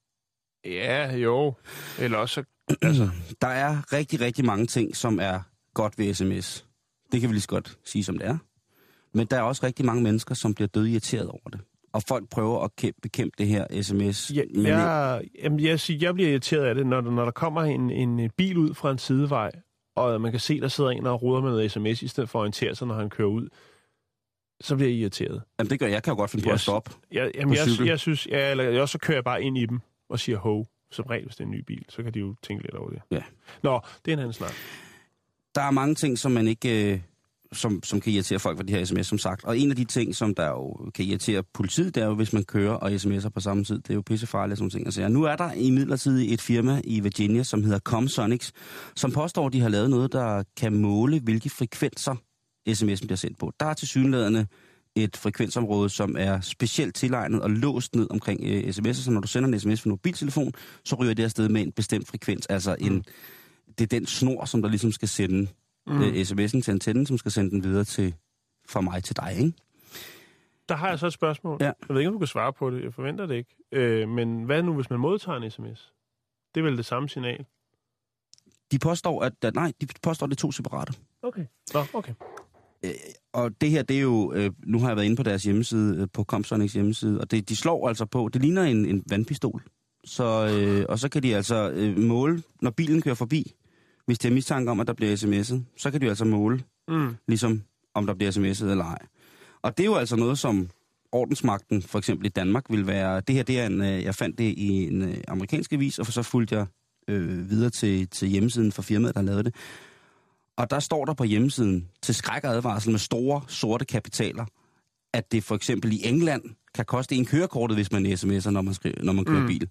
Ja, jo. Eller også... Altså. Der er rigtig, rigtig mange ting, som er godt ved sms. Det kan vi lige så godt sige, som det er. Men der er også rigtig mange mennesker, som bliver død irriteret over det. Og folk prøver at kæmpe, bekæmpe det her sms. Ja, men jeg, jamen, jeg, siger, jeg bliver irriteret af det, når, når der kommer en, en bil ud fra en sidevej, og man kan se, der sidder en og ruder med noget sms, i stedet for at orientere sig, når han kører ud. Så bliver jeg irriteret. Jamen det gør jeg. Jeg kan jo godt finde på jeg, at stoppe jeg, jamen, jeg, jeg synes, ja, eller jeg, så kører jeg bare ind i dem og siger ho. Som regel, hvis det er en ny bil, så kan de jo tænke lidt over det. Ja. Nå, det er en anden snak. Der er mange ting, som man ikke... Øh, som, som kan irritere folk for de her sms, som sagt. Og en af de ting, som der jo kan irritere politiet, det er jo, hvis man kører og sms'er på samme tid. Det er jo pissefarligt, sådan ting. Altså, nu er der imidlertid et firma i Virginia, som hedder Comsonics, som påstår, at de har lavet noget, der kan måle, hvilke frekvenser sms'en bliver sendt på. Der er tilsyneladende et frekvensområde, som er specielt tilegnet og låst ned omkring øh, sms'er, så når du sender en sms fra en mobiltelefon, så ryger det afsted med en bestemt frekvens. Altså en, mm. det er den snor, som der ligesom skal sende mm. øh, sms'en til antennen, som skal sende den videre til, fra mig til dig, ikke? Der har jeg så et spørgsmål. Ja. Jeg ved ikke, om du kan svare på det. Jeg forventer det ikke. Øh, men hvad nu, hvis man modtager en sms? Det er vel det samme signal? De påstår, at, at nej, de påstår, at det er to separate. Okay. Nå, okay. Øh, og det her, det er jo, øh, nu har jeg været inde på deres hjemmeside, øh, på Comsonics hjemmeside, og det, de slår altså på, det ligner en, en vandpistol. Så, øh, og så kan de altså øh, måle, når bilen kører forbi, hvis de har mistanke om, at der bliver sms'et, så kan de altså måle, mm. ligesom om der bliver sms'et eller ej. Og det er jo altså noget, som ordensmagten, for eksempel i Danmark, vil være, det her, det er en, øh, jeg fandt det i en øh, amerikansk avis, og så fulgte jeg øh, videre til, til hjemmesiden for firmaet, der lavede det. Og der står der på hjemmesiden til skræk og advarsel med store, sorte kapitaler, at det for eksempel i England kan koste en kørekortet, hvis man sms'er, når man, skriver, når man kører mm. bil.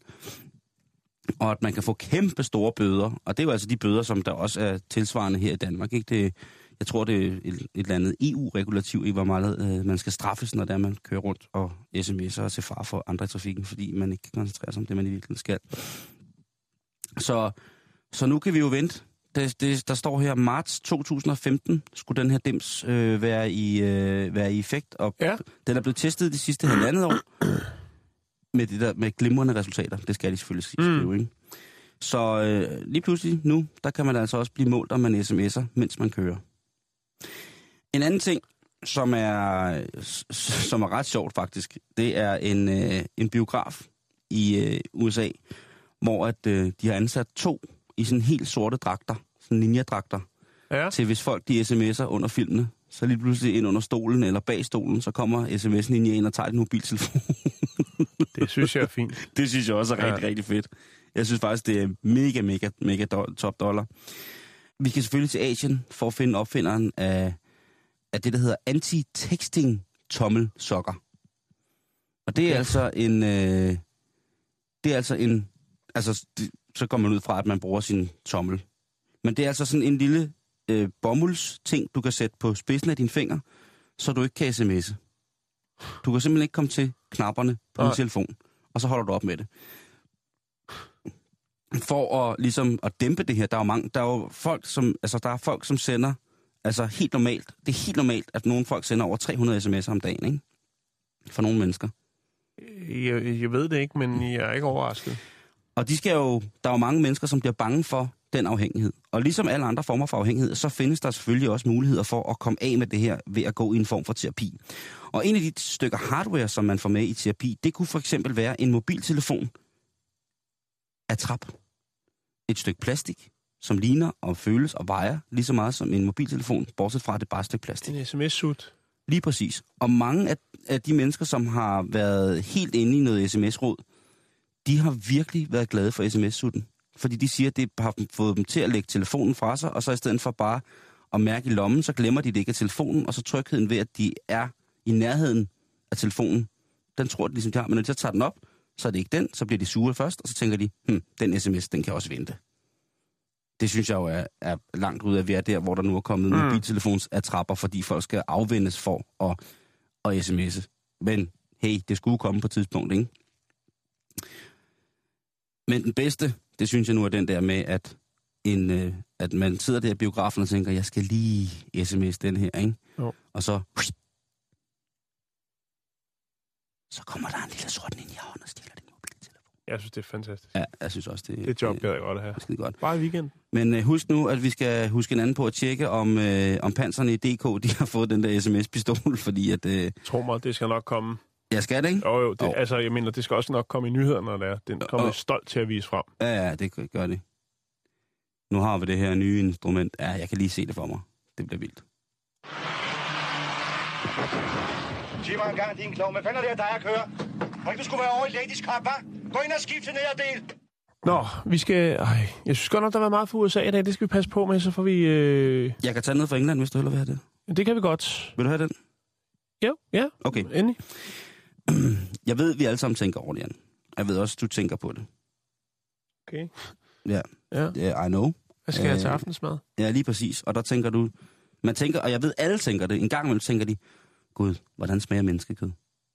Og at man kan få kæmpe store bøder. Og det er jo altså de bøder, som der også er tilsvarende her i Danmark. Ikke? Det, jeg tror, det er et, et eller andet E U-regulativ i, hvor meget øh, man skal straffes, når det er, man kører rundt og sms'er og til far for andre i trafikken, fordi man ikke kan koncentrere sig om det, man i virkeligheden skal. Så, så nu kan vi jo vente. Det, det, der står her, marts to tusind og femten skulle den her dims øh, være, i, øh, være i effekt, og Ja. den er blevet testet de sidste halvandet år med, det der, med glimrende resultater. Det skal de selvfølgelig skrive, mm. ikke? Så øh, lige pludselig nu, der kan man altså også blive målt, om man sms'er, mens man kører. En anden ting, som er, som er ret sjovt faktisk, det er en, øh, en biograf i øh, U S A, hvor at, øh, de har ansat to i sådan helt sorte dragter, sådan ninja-dragter, Ja. til hvis folk de sms'er under filmene, så lige pludselig ind under stolen eller bag stolen, så kommer sms'en ind og tager din mobiltelefon. Det synes jeg er fint. Det synes jeg også er rigtig, Ja. rigtig fedt. Jeg synes faktisk, det er mega, mega, mega do- top dollar. Vi kan selvfølgelig til Asien for at finde opfinderen af, af det, der hedder anti-texting tommelsokker. Og det er Okay. altså en... Øh, det er altså en... Altså, det, så går man ud fra, at man bruger sin tommel. Men det er altså sådan en lille øh, bomuldsting, du kan sætte på spidsen af dine fingre, så du ikke kan sms'e. Du kan simpelthen ikke komme til knapperne på din Nej. telefon, og så holder du op med det. For at ligesom at dæmpe det her, der er jo mange, der er jo folk som, altså der er folk som sender, altså helt normalt, det er helt normalt, at nogle folk sender over tre hundrede sms'er om dagen, ikke? For nogle mennesker. Jeg, jeg ved det ikke, men jeg er ikke overrasket. Og de skal jo, der er jo mange mennesker, som bliver bange for den afhængighed. Og ligesom alle andre former for afhængighed, så findes der selvfølgelig også muligheder for at komme af med det her ved at gå i en form for terapi. Og en af de stykker hardware, som man får med i terapi, det kunne for eksempel være en mobiltelefon af trap. Et stykke plastik, som ligner og føles og vejer lige så meget som en mobiltelefon, bortset fra at det er bare et stykke plastik. En sms-sut. Lige præcis. Og mange af, af de mennesker, som har været helt inde i noget sms-råd, de har virkelig været glade for sms-sutten. Fordi de siger, at det har fået dem til at lægge telefonen fra sig, og så i stedet for bare at mærke i lommen, så glemmer de det ikke af telefonen, og så trygheden ved, at de er i nærheden af telefonen, den tror de ligesom, de har. Men når de så tager den op, så er det ikke den, så bliver de sure først, og så tænker de, hm, den sms, den kan også vente. Det synes jeg jo er, er langt ud af, at vi er der, hvor der nu er kommet mm. mobiltelefonsattrapper, fordi folk skal afvendes for at, at sms'e. Men hey, det skulle komme på et tidspunkt, ikke? Men den bedste, det synes jeg nu er den der med, at, en, øh, at man sidder der i biografen og tænker, jeg skal lige sms den her, ikke? Jo. Og så... Så kommer der en lille sort ninja hånd og stjæler din mobiltelefon. Jeg synes, det er fantastisk. Ja, jeg synes også, det, Det job gad jeg godt at have. det er skide godt. Bare i weekend. Men øh, husk nu, at vi skal huske hinanden på at tjekke, om, øh, om panserne i D K, de har fået den der sms-pistol, fordi at... Øh, Tro mig, det skal nok komme. jeg skal det, ikke? Jo, jo. Det, Jo. altså, jeg mener, det skal også nok komme i nyhederne, når det er. Den kommer Jo. stolt til at vise frem. Ja, ja, det gør det. Nu har vi det her nye instrument. Ja, jeg kan lige se det for mig. Det bliver vildt. Sig mig en gang, din klog. Hvad fanden er det, der er kører? Må ikke du skulle være over i Ladies Cup, hva'? Gå ind og skift til nederdel. Nå, vi skal... Ej, jeg synes godt nok, der har været meget for U S A i dag. Det skal vi passe på med, så får vi... Øh... Jeg kan tage ned fra England, hvis du hellere vil have det. Det kan vi godt. Vil du have den? Jo, ja. Okay. Endelig. Jeg ved, vi alle sammen tænker over det, Jan. Jeg ved også, du tænker på det. Okay. Ja, Ja. yeah, I know. Hvad skal jeg Øh, til aftensmad? Ja, lige præcis. Og der tænker du... Man tænker, og jeg ved, alle tænker det. En gang imellem tænker de, Gud, hvordan smager menneskekød?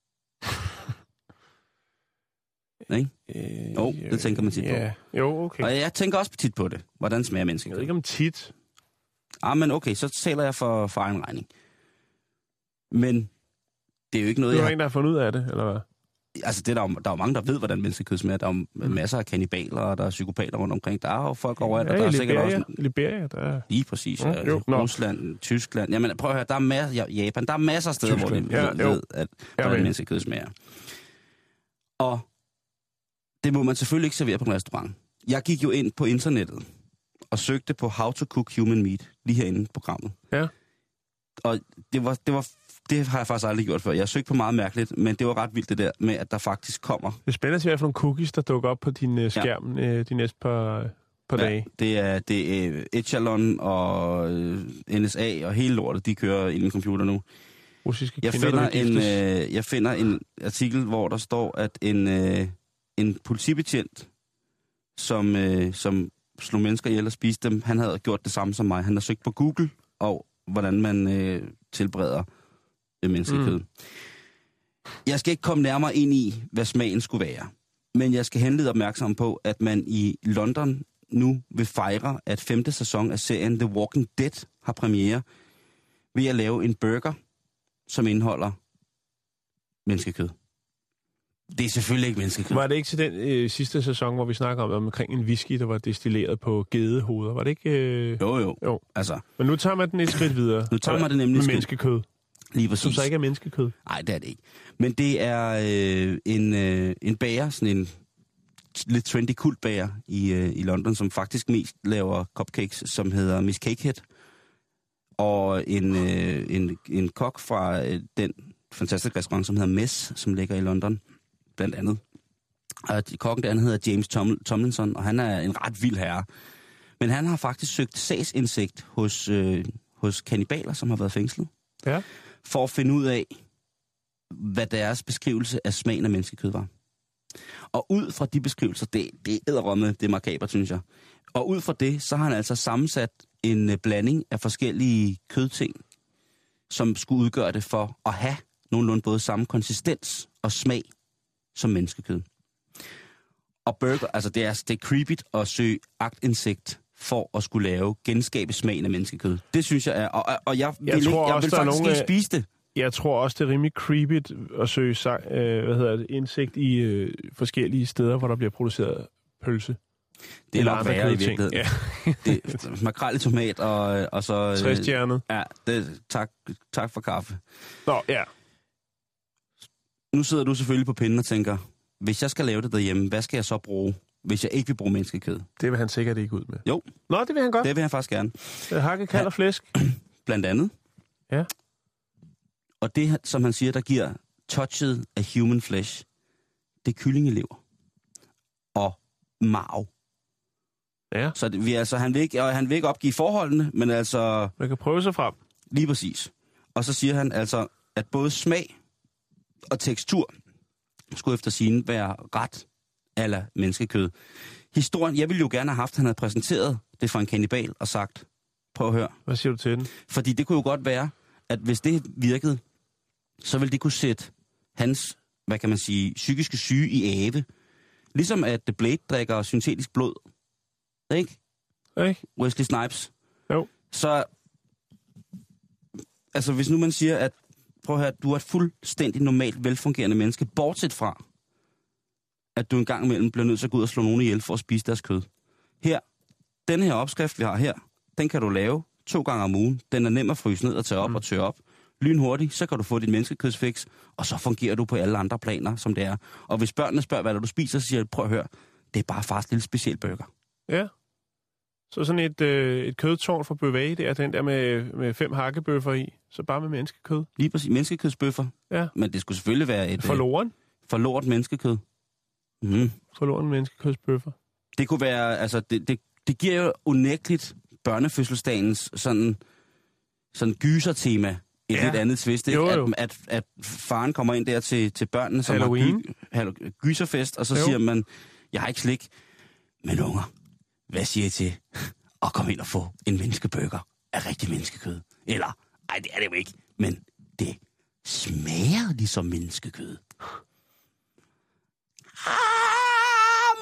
Ikke? Øh, Jo, det tænker man tit på. Ja, jo, okay. Og jeg tænker også tit på det. Hvordan smager Jeg menneskekød? ved ikke om tit. Ah, men okay, så taler jeg for, for egen regning. Men det er jo ikke noget, Du jeg er har... en, der har fundet ud af det, eller hvad? Altså, det er der, jo, der er jo mange, der ved, hvordan menneskekød smager. Der er jo mm. masser af kannibaler, og der er psykopater rundt omkring. Der er jo folk overalt, og der Ja, er i sikkert Liberia, også... Liberia, der er... Lige præcis. Mm, Ja, jo, nå. Rusland, Tyskland. Jamen, prøv at høre, der er masser... Ja, Japan, der er masser af steder, Tyskland, hvor de ja, ved, jo. at, Ja, hvordan men. menneskekød smager. Og det må man selvfølgelig ikke servere på en restaurant. Jeg gik jo ind på internettet og søgte på how to cook human meat, lige herinde i programmet. Ja. Og det var, det var, det har jeg faktisk aldrig gjort før. Jeg søgte på meget mærkeligt, men det var ret vildt det der med, at der faktisk kommer. Det er spændende at se, hvad for nogle cookies, der dukker op på din uh, skærm ja. uh, de næste par, par Ja, dage. det er, det er Echelon og øh, N S A og hele lortet, de kører ind i en computer nu. Russiske Jeg kvinder, finder, der vil en, giftes. øh, jeg finder en artikel, hvor der står, at en, øh, en politibetjent, som, øh, som slog mennesker ihjel og spiste dem, han havde gjort det samme som mig. Han har søgt på Google, og hvordan man øh, tilbereder øh, menneskekød. Mm. Jeg skal ikke komme nærmere ind i, hvad smagen skulle være. Men jeg skal henlede opmærksom på, at man i London nu vil fejre, at femte sæson af serien The Walking Dead har premiere ved at lave en burger, som indeholder menneskekød. Det er selvfølgelig ikke menneskekød. Var det ikke til den øh, sidste sæson, hvor vi snakker om, omkring en whisky, der var destilleret på gedehoveder? Var det ikke... Øh... Jo, jo, jo. Altså, men nu tager man den et skridt videre. Nu tager man det nemlig med menneskekød. Lige præcis. Som så ikke er menneskekød. Nej, det er det ikke. Men det er øh, en, øh, en bager, sådan en lidt trendy kultbager i, øh, i London, som faktisk mest laver cupcakes, som hedder Miss Cakehead. Og en, øh, en, en kok fra øh, den fantastiske restaurant, som hedder Mess, som ligger i London, blandt andet. Og kokken der, han hedder James Tom, Tomlinson, og han er en ret vild herre. Men han har faktisk søgt sagsindsigt hos, øh, hos kannibaler, som har været fængslet. Ja. For at finde ud af, hvad deres beskrivelse af smagen af menneskekød var. Og ud fra de beskrivelser, det, det er edderrømme, det er makabert, synes jeg. Og ud fra det, så har han altså sammensat en blanding af forskellige kødting, som skulle udgøre det for at have nogenlunde både samme konsistens og smag som menneskekød. Og burger, altså det er, det er creepy at søge aktindsigt for at skulle lave, genskabe smagen af menneskekød. Det synes jeg er, og, og jeg vil, jeg ikke, tror jeg også, vil faktisk nogle, ikke spise det. Jeg tror også, det er rimelig creepy at søge øh, hvad hedder det, indsigt i øh, forskellige steder, hvor der bliver produceret pølse. Det er nok værre i virkeligheden. Ja. Det, makrel i tomat og, og så... Træstjernet. Ja, det, tak, tak for kaffe. Nå, ja. Nu sidder du selvfølgelig på pinden og tænker, hvis jeg skal lave det derhjemme, hvad skal jeg så bruge, hvis jeg ikke vil bruge menneskekød? Det vil han sikkert ikke ud med. Jo. Nå, det vil han godt. Det vil han faktisk gerne. Hakke, kald og flæsk. Blandt andet. Ja. Og det, som han siger, der giver touchet af human flesh, det er kyllingelever. Og marv. Ja. Så det, vi, altså, han, vil ikke, og han vil ikke opgive forholdene, men altså... Man kan prøve sig frem. Lige præcis. Og så siger han altså, at både smag og tekstur skulle efter sigende være ret eller menneskekød. Historien, jeg ville jo gerne have haft, at han havde præsenteret det for en kannibal og sagt, prøv at høre. Hvad siger du til den? Fordi det kunne jo godt være, at hvis det virkede, så ville det kunne sætte hans, hvad kan man sige, psykiske syge i ave. Ligesom at The Blade drikker syntetisk blod. Ikke? Ikke? Wesley Snipes. Jo. Så, altså hvis nu man siger, at prøv at høre, du er et fuldstændig normalt, velfungerende menneske, bortset fra, at du en gang imellem bliver nødt til at gå ud og slå nogen ihjel for at spise deres kød. Her, den her opskrift, vi har her, den kan du lave to gange om ugen. Den er nem at fryse ned og tage op mm. og tørre op. Lynhurtigt, så kan du få dit menneskekødsfix, og så fungerer du på alle andre planer, som det er. Og hvis børnene spørger, hvad du spiser, så siger jeg, prøv at høre, det er bare fars lille speciel burger. Ja. Så sådan et, øh, et kødtårn for bøvage, det er den der med, med fem hakkebøffer i, så bare med menneskekød. Lige præcis, menneskekødsbøffer. Ja. Men det skulle selvfølgelig være et... Forloren? Øh, forlort menneskekød. Mm. Forloren menneskekødsbøffer. Det kunne være, altså, det, det, det giver jo unægteligt børnefødselsdagens sådan, sådan gyser-tema. Et ja. lidt andet twist, ikke? Jo, jo. At, at, at faren kommer ind der til, til børnene, som Halloween. har gy, gyserfest, og så jo. siger man, jeg har ikke slik, men unger, hvad siger I til at komme ind og få en menneskeburger af rigtig menneskekød? Eller, ej, det er det jo ikke, men det smager ligesom menneskekød. Ah,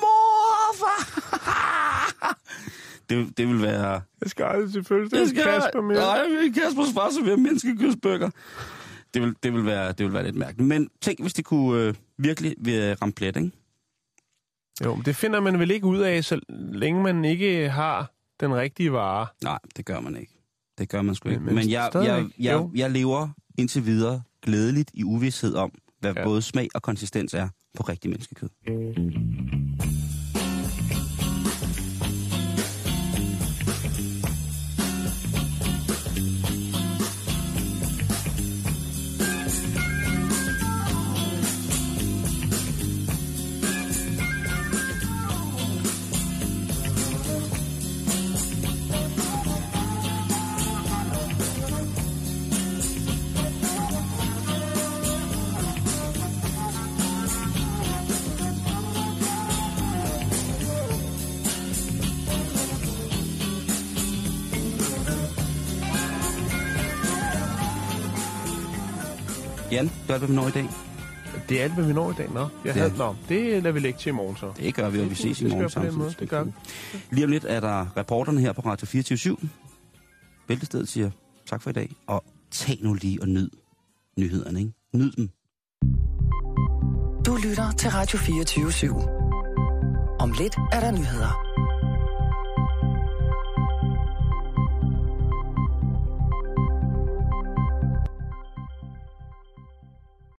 morfar! Det, det vil være... Jeg skal aldrig til fødselsdag til Kasper mere. Nej, Kaspers far serverer menneskekødsburger. Det vil, det, vil være, det vil være lidt mærkeligt. Men tænk, hvis det kunne øh, virkelig være ramt plet, ikke? Jo, men det finder man vel ikke ud af, så længe man ikke har den rigtige vare. Nej, det gør man ikke. Det gør man sgu ikke. Men, men jeg, jeg, jeg, jeg, jeg lever indtil videre glædeligt i uvished om, hvad ja. både smag og konsistens er på rigtig menneskekød. Jan, gør det, hvad vi når i dag? Det er alt, hvad vi når i dag. Nå, jeg Ja. havde den om. Det lader vi lægge til i morgen så. Det gør vi, og vi ses i Det morgen skal være på den måde. samtidig. Det gør vi. Lige om lidt er der reporterne her på Radio fireogtyve syv. Bæltestedet siger tak for i dag, og tag nu lige og nyd nyhederne, ikke? Nyd dem. Du lytter til Radio fireogtyve syv. Om lidt er der nyheder.